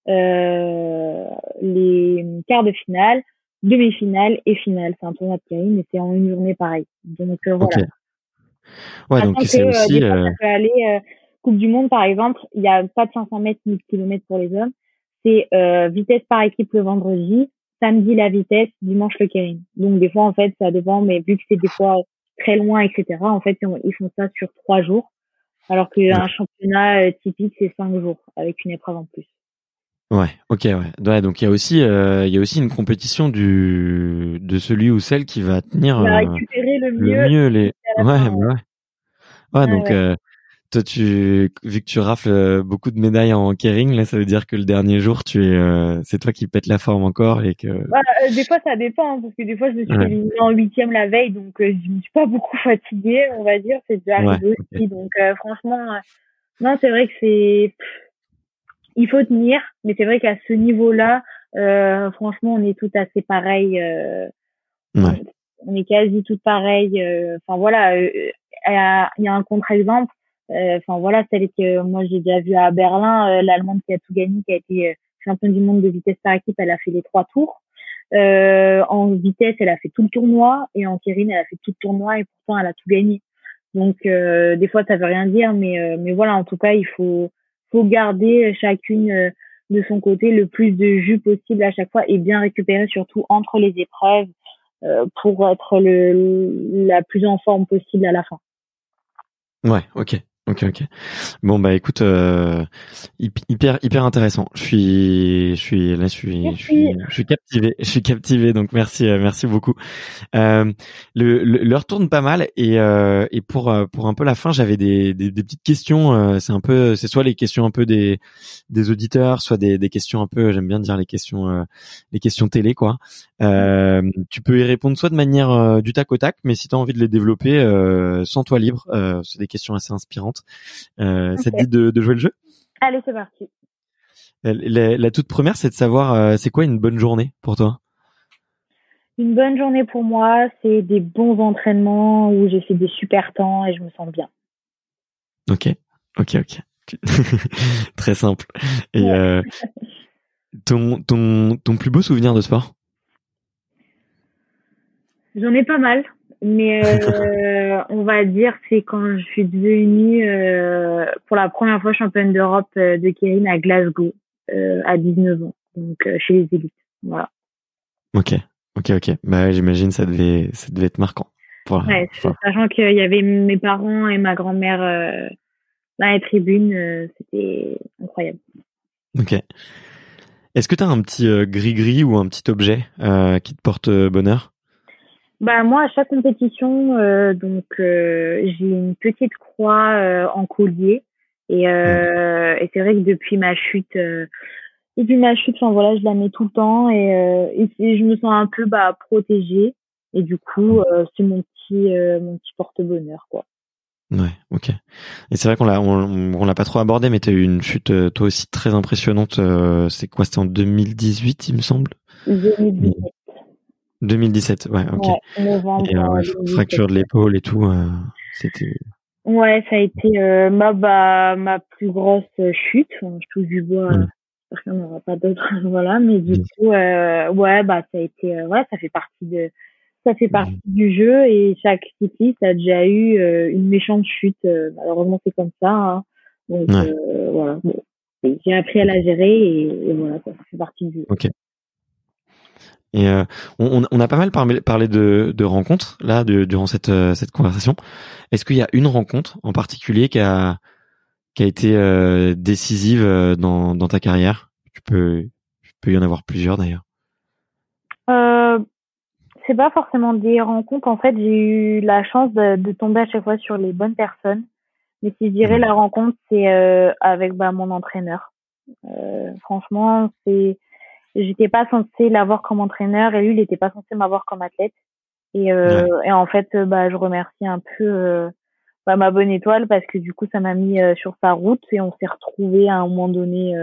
les quarts de finale, demi-finale et finale. C'est un tournoi de keirin, et c'est en une journée pareil. Donc voilà. Ouais, donc c'est aussi des fois, ça peut aller Coupe du Monde par exemple, il y a pas de 500 mètres ni de kilomètres pour les hommes. C'est vitesse par équipe le vendredi, samedi la vitesse, dimanche le keirin. Donc des fois en fait ça dépend, mais vu que c'est des fois très loin, etc. En fait ils font ça sur 3 jours, alors qu'un championnat typique c'est 5 jours avec une épreuve en plus. Ouais, ok, ouais. Donc il y a aussi une compétition de celui ou celle qui va tenir récupérer le mieux les. Ouais, donc toi vu que tu rafles beaucoup de médailles en keirin, là ça veut dire que le dernier jour c'est toi qui pètes la forme encore, et que. Des fois ça dépend, parce que des fois je me suis éliminée en 8e la veille, donc je me suis pas beaucoup fatiguée, on va dire, c'est déjà arrivé aussi. Donc franchement, non, c'est vrai que il faut tenir, mais c'est vrai qu'à ce niveau-là, franchement, on est toutes assez pareilles. On est quasi toutes pareilles. Enfin voilà, il y a un contre-exemple. Enfin voilà, celle que moi j'ai déjà vue à Berlin, l'Allemande qui a tout gagné, qui a été championne du monde de vitesse par équipe, elle a fait les 3 tours. En vitesse, elle a fait tout le tournoi, et en keirin, elle a fait tout le tournoi, et pourtant elle a tout gagné. Donc des fois ça veut rien dire, mais voilà, en tout cas il faut garder chacune de son côté le plus de jus possible à chaque fois, et bien récupérer surtout entre les épreuves pour être la plus en forme possible à la fin. Ouais, ok. Bon bah écoute, hyper intéressant. Je suis captivé. Donc merci beaucoup. L'heure tourne pas mal, et pour un peu la fin, j'avais des petites questions. C'est soit les questions un peu des auditeurs, soit des questions un peu, j'aime bien dire les questions télé, quoi. Tu peux y répondre soit de manière du tac au tac, mais si tu as envie de les développer, sens-toi libre. C'est des questions assez inspirantes. Ça te dit de jouer le jeu? Allez, c'est parti. La toute première, c'est de savoir c'est quoi une bonne journée pour toi? Une bonne journée pour moi, c'est des bons entraînements où j'ai fait des super temps et je me sens bien. Ok. Très simple. Et ton plus beau souvenir de sport? J'en ai pas mal, mais on va dire c'est quand je suis devenue pour la première fois championne d'Europe de keirin à Glasgow à 19 ans, donc chez les élites. Voilà. Ok. Bah j'imagine ça devait être marquant. Sachant qu'il y avait mes parents et ma grand-mère dans les tribunes, c'était incroyable. Ok. Est-ce que tu as un petit gris-gris ou un petit objet qui te porte bonheur? Bah moi, à chaque compétition, j'ai une petite croix en collier Et c'est vrai que depuis ma chute, enfin voilà, je la mets tout le temps je me sens un peu protégée. Et du coup, c'est mon petit porte-bonheur, quoi. Ouais, ok. Et c'est vrai on l'a pas trop abordé, mais t'as eu une chute toi aussi très impressionnante. C'est quoi? C'était en 2018, il me semble. 2017. 2017, ouais, ok. Ouais, novembre. Et fracture de l'épaule et tout. C'était. Ouais, ça a été ma plus grosse chute. Je touche du bois. Parce qu'il n'y en aura pas d'autres, voilà. Mais du coup, ça a été, ça fait partie du jeu, et chaque cycliste a déjà eu une méchante chute. Malheureusement, c'est comme ça, hein. Donc voilà. Bon, j'ai appris à la gérer et voilà, ça fait partie du jeu. Ok. Et on a pas mal parlé de rencontres là durant cette conversation. Est-ce qu'il y a une rencontre en particulier qui a été décisive dans ta carrière? Tu peux y en avoir plusieurs d'ailleurs. C'est pas forcément des rencontres. En fait, j'ai eu la chance de tomber à chaque fois sur les bonnes personnes. Mais si je dirais la rencontre, c'est avec mon entraîneur. Franchement, j'étais pas censée l'avoir comme entraîneur et lui, il était pas censé m'avoir comme athlète. Et en fait, je remercie un peu ma bonne étoile, parce que du coup, ça m'a mis sur sa route et on s'est retrouvés à un moment donné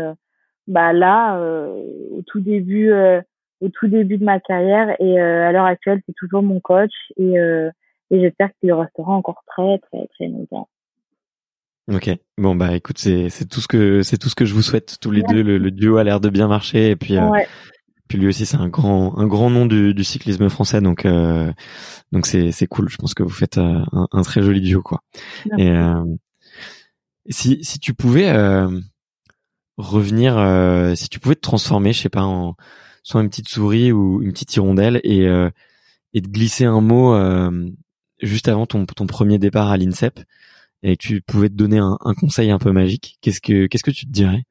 au tout début de ma carrière, et à l'heure actuelle, c'est toujours mon coach, et j'espère qu'il le restera encore très très très longtemps. Ok. Bon écoute, c'est tout ce que je vous souhaite tous les deux. Le duo a l'air de bien marcher, et puis puis lui aussi, c'est un grand nom du cyclisme français, donc c'est cool. Je pense que vous faites un très joli duo, quoi. Et si tu pouvais revenir, si tu pouvais te transformer, je sais pas, en soit une petite souris ou une petite hirondelle, et te glisser un mot juste avant ton premier départ à l'INSEP, et que tu pouvais te donner un conseil un peu magique, qu'est-ce que tu te dirais?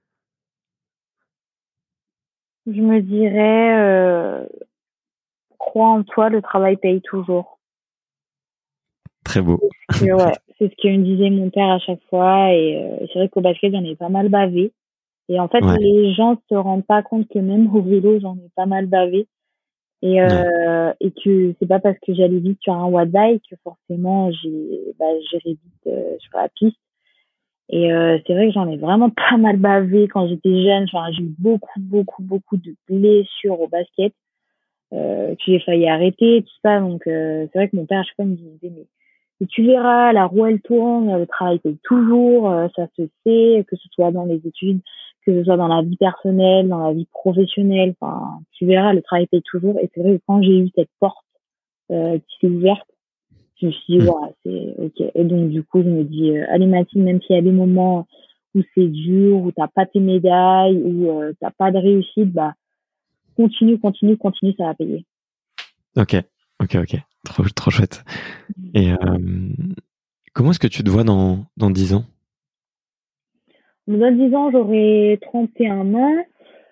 Je me dirais, crois en toi, le travail paye toujours. Très beau. C'est ce que me disait mon père à chaque fois, et c'est vrai qu'au basket, j'en ai pas mal bavé. Et en fait, les gens se rendent pas compte que même au vélo, j'en ai pas mal bavé. Et que c'est pas parce que j'allais vite sur un watt bike que forcément j'irai vite sur la piste. Et c'est vrai que j'en ai vraiment pas mal bavé quand j'étais jeune. Enfin, j'ai eu beaucoup de blessures au basket, que j'ai failli arrêter, tout ça. Donc c'est vrai que mon père à chaque fois me disait, mais tu verras, la roue elle tourne, le travail paye toujours, ça se sait, que ce soit dans les études, que ce soit dans la vie personnelle, dans la vie professionnelle. Enfin, tu verras, le travail paye toujours. Et c'est vrai que quand j'ai eu cette porte qui s'est ouverte, je me suis dit, c'est ok. Et donc, du coup, je me dis, allez Mathilde, même s'il y a des moments où c'est dur, où t'as pas tes médailles, où t'as pas de réussite, continue, ça va payer. Ok. Trop chouette. Et comment est-ce que tu te vois dans 10 ans? Dans 10 ans, j'aurai 31 ans.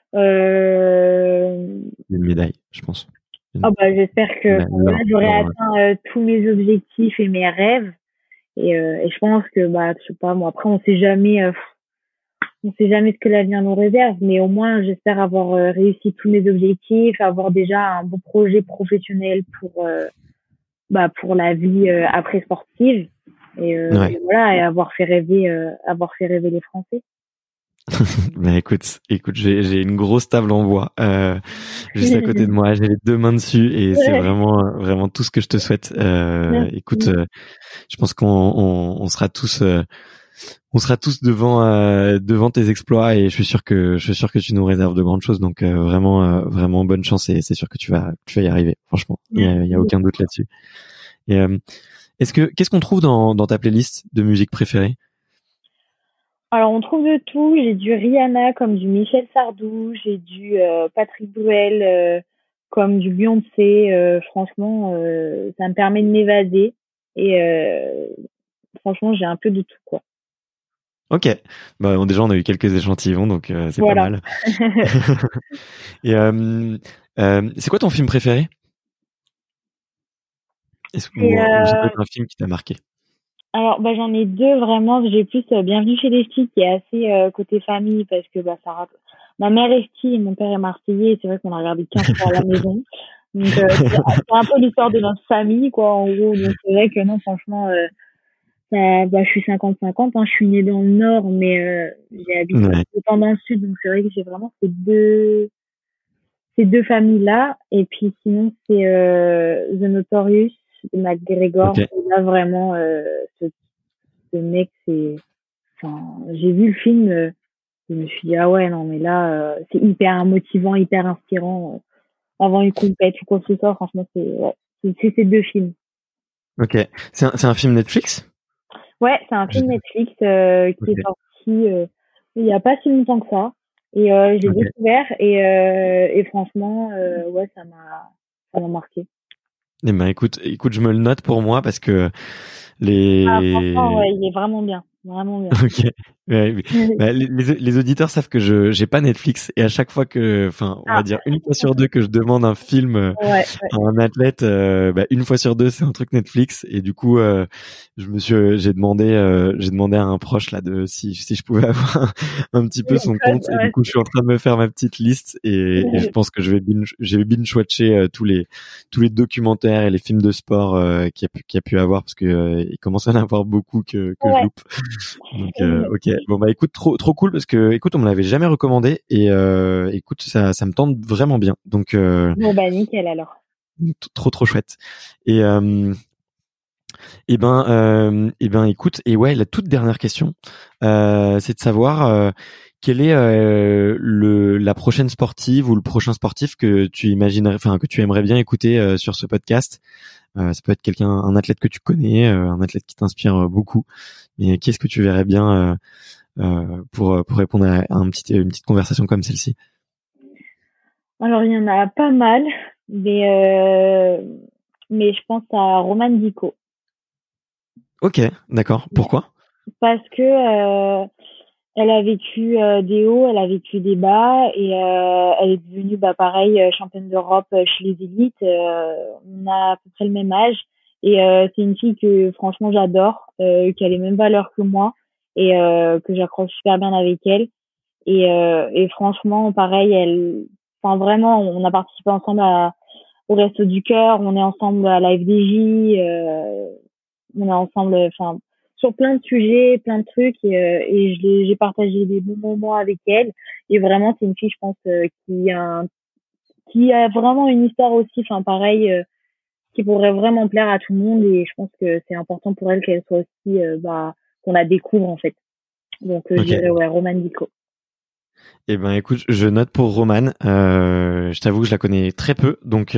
Une médaille, je pense. J'espère que j'aurai atteint tous mes objectifs et mes rêves. Et je pense que, je sais pas, moi, après, on sait jamais ce que l'avenir nous réserve, mais au moins, j'espère avoir réussi tous mes objectifs, avoir déjà un beau projet professionnel pour la vie après sportive, et et avoir fait rêver les Français. Écoute, j'ai une grosse table en bois juste à côté de moi, j'ai les 2 mains dessus, et c'est vraiment tout ce que je te souhaite. Écoute, je pense qu'on sera tous devant tes exploits, et je suis sûr que tu nous réserves de grandes choses, donc vraiment bonne chance, et c'est sûr que tu vas y arriver, franchement. Il y a aucun doute là-dessus. Et qu'est-ce qu'on trouve dans ta playlist de musique préférée? Alors, on trouve de tout. J'ai du Rihanna comme du Michel Sardou. J'ai du Patrick Bruel comme du Beyoncé. Franchement, ça me permet de m'évader. Et franchement, j'ai un peu de tout, quoi. Ok. Déjà, on a eu quelques échantillons, donc c'est pas mal. Et c'est quoi ton film préféré? Est-ce que c'est un film qui t'a marqué? Alors, j'en ai deux vraiment. J'ai plus Bienvenue chez les Ch'tis qui est assez côté famille parce que ma mère est ch'ti et mon père est marseillais et c'est vrai qu'on a regardé 15 fois à la maison. Donc, c'est un peu l'histoire de notre famille, quoi, en gros. Donc, c'est vrai que non, franchement, je suis 50-50, hein. Je suis née dans le Nord, mais j'ai habité longtemps dans le Sud. Donc, c'est vrai que j'ai vraiment ces deux familles-là. Et puis, sinon, c'est The Notorious de McGregor. Okay. Et là, vraiment, ce mec, j'ai vu le film, je me suis dit, ah ouais, non, mais là, c'est hyper motivant, hyper inspirant. Avant une compète ou quoi que ce soit, franchement, c'est ces deux films. Ok. C'est un film Netflix? Ouais, c'est un film Netflix qui est sorti il y a pas si longtemps que ça. Et je l'ai découvert et franchement, ouais, ça m'a marqué. Eh ben écoute, je me le note pour moi parce que franchement, ouais, il est vraiment bien. Vraiment bien. Ok. Ouais, les auditeurs savent que j'ai pas Netflix et à chaque fois on va dire une fois sur deux que je demande un film à un athlète, une fois sur deux c'est un truc Netflix et du coup j'ai demandé à un proche là si je pouvais avoir un petit peu son compte et du coup je suis en train de me faire ma petite liste et je pense que je vais binge watcher tous les documentaires et les films de sport qu'il y a pu avoir parce que il commence à en avoir beaucoup que je loupe. Donc ok, bon écoute, trop cool parce que écoute on me l'avait jamais recommandé et écoute ça me tente vraiment bien. Donc nickel alors. Trop chouette. Et écoute et ouais la toute dernière question c'est de savoir quelle est la prochaine sportive ou le prochain sportif que tu aimerais bien écouter sur ce podcast. Ça peut être un athlète que tu connais, un athlète qui t'inspire beaucoup. Mais qu'est-ce que tu verrais bien pour répondre à une petite conversation comme celle-ci? Alors il y en a pas mal, mais je pense à Romane Dico. Ok, d'accord. Pourquoi? Parce que elle a vécu des hauts, elle a vécu des bas et elle est devenue pareil championne d'Europe chez les élites. On a à peu près le même âge et c'est une fille que franchement j'adore, qui a les mêmes valeurs que moi et que j'accroche super bien avec elle et franchement pareil vraiment on a participé ensemble au Resto du Cœur, on est ensemble à la FDJ, on est ensemble sur plein de sujets, plein de trucs et j'ai partagé des bons moments avec elle et vraiment c'est une fille je pense qui a vraiment une histoire aussi pareil qui pourrait vraiment plaire à tout le monde et je pense que c'est important pour elle qu'elle soit aussi qu'on la découvre en fait. Donc je dirais Romane Dico. Eh ben écoute, je note pour Romane. Je t'avoue que je la connais très peu, donc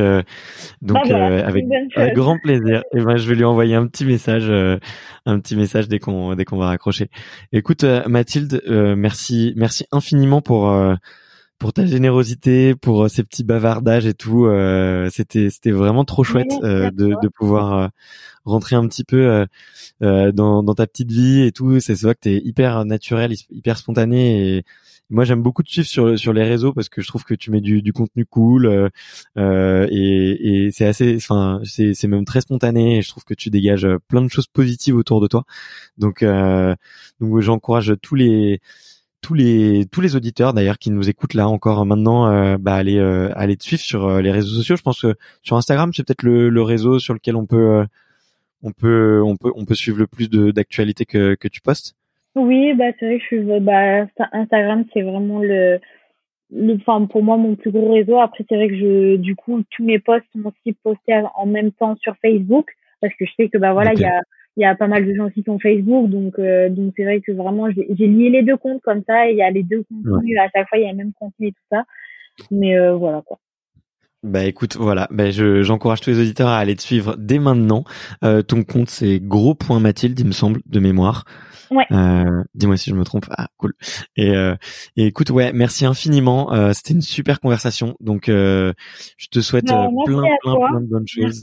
avec grand plaisir. Et je vais lui envoyer un petit message dès qu'on va raccrocher. Écoute Mathilde, merci infiniment pour ta générosité, pour ces petits bavardages et tout. C'était vraiment trop chouette de pouvoir rentrer un petit peu dans ta petite vie et tout. C'est vrai que t'es hyper naturel, hyper spontané et moi j'aime beaucoup te suivre sur les réseaux parce que je trouve que tu mets du contenu cool et c'est assez c'est même très spontané et je trouve que tu dégages plein de choses positives autour de toi. Donc j'encourage tous les auditeurs d'ailleurs qui nous écoutent là encore maintenant aller te suivre sur les réseaux sociaux. Je pense que sur Instagram c'est peut-être le réseau sur lequel on peut suivre le plus d'actualités que tu postes. Oui, c'est vrai que Instagram c'est vraiment pour moi mon plus gros réseau. Après c'est vrai que du coup tous mes posts sont aussi postés en même temps sur Facebook parce que je sais que il y a pas mal de gens aussi qui ont Facebook donc c'est vrai que vraiment j'ai lié les deux comptes comme ça et il y a les deux contenus à chaque fois il y a le même contenu et tout ça. Mais voilà quoi. Écoute, voilà, j'encourage tous les auditeurs à aller te suivre dès maintenant. Ton compte c'est gros.mathilde, il me semble, de mémoire. Ouais. Dis-moi si je me trompe. Ah, cool. Et écoute, merci infiniment. C'était une super conversation. Donc, je te souhaite plein de bonnes choses.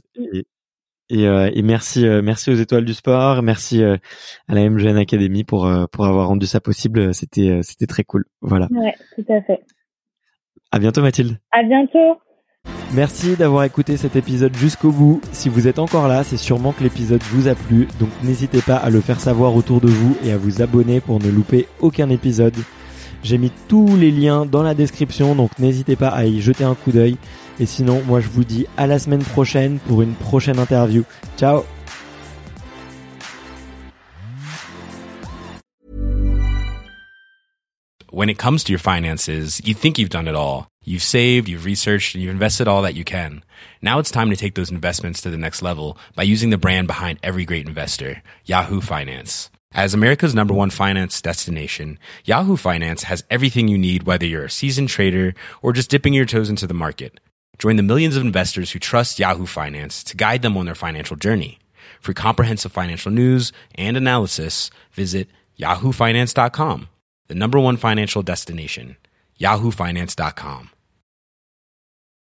Et merci aux Étoiles du Sport. Merci à la MGN Academy pour avoir rendu ça possible. C'était très cool. Voilà. Ouais, tout à fait. À bientôt, Mathilde. À bientôt. Merci d'avoir écouté cet épisode jusqu'au bout. Si vous êtes encore là, c'est sûrement que l'épisode vous a plu, donc n'hésitez pas à le faire savoir autour de vous et à vous abonner pour ne louper aucun épisode. J'ai mis tous les liens dans la description, donc n'hésitez pas à y jeter un coup d'œil. Et sinon, moi je vous dis à la semaine prochaine pour une prochaine interview. Ciao! When it comes to your finances, you think you've done it all. You've saved, you've researched, and you've invested all that you can. Now it's time to take those investments to the next level by using the brand behind every great investor, Yahoo Finance. As America's #1 finance destination, Yahoo Finance has everything you need, whether you're a seasoned trader or just dipping your toes into the market. Join the millions of investors who trust Yahoo Finance to guide them on their financial journey. For comprehensive financial news and analysis, visit yahoofinance.com. The #1 financial destination, yahoofinance.com.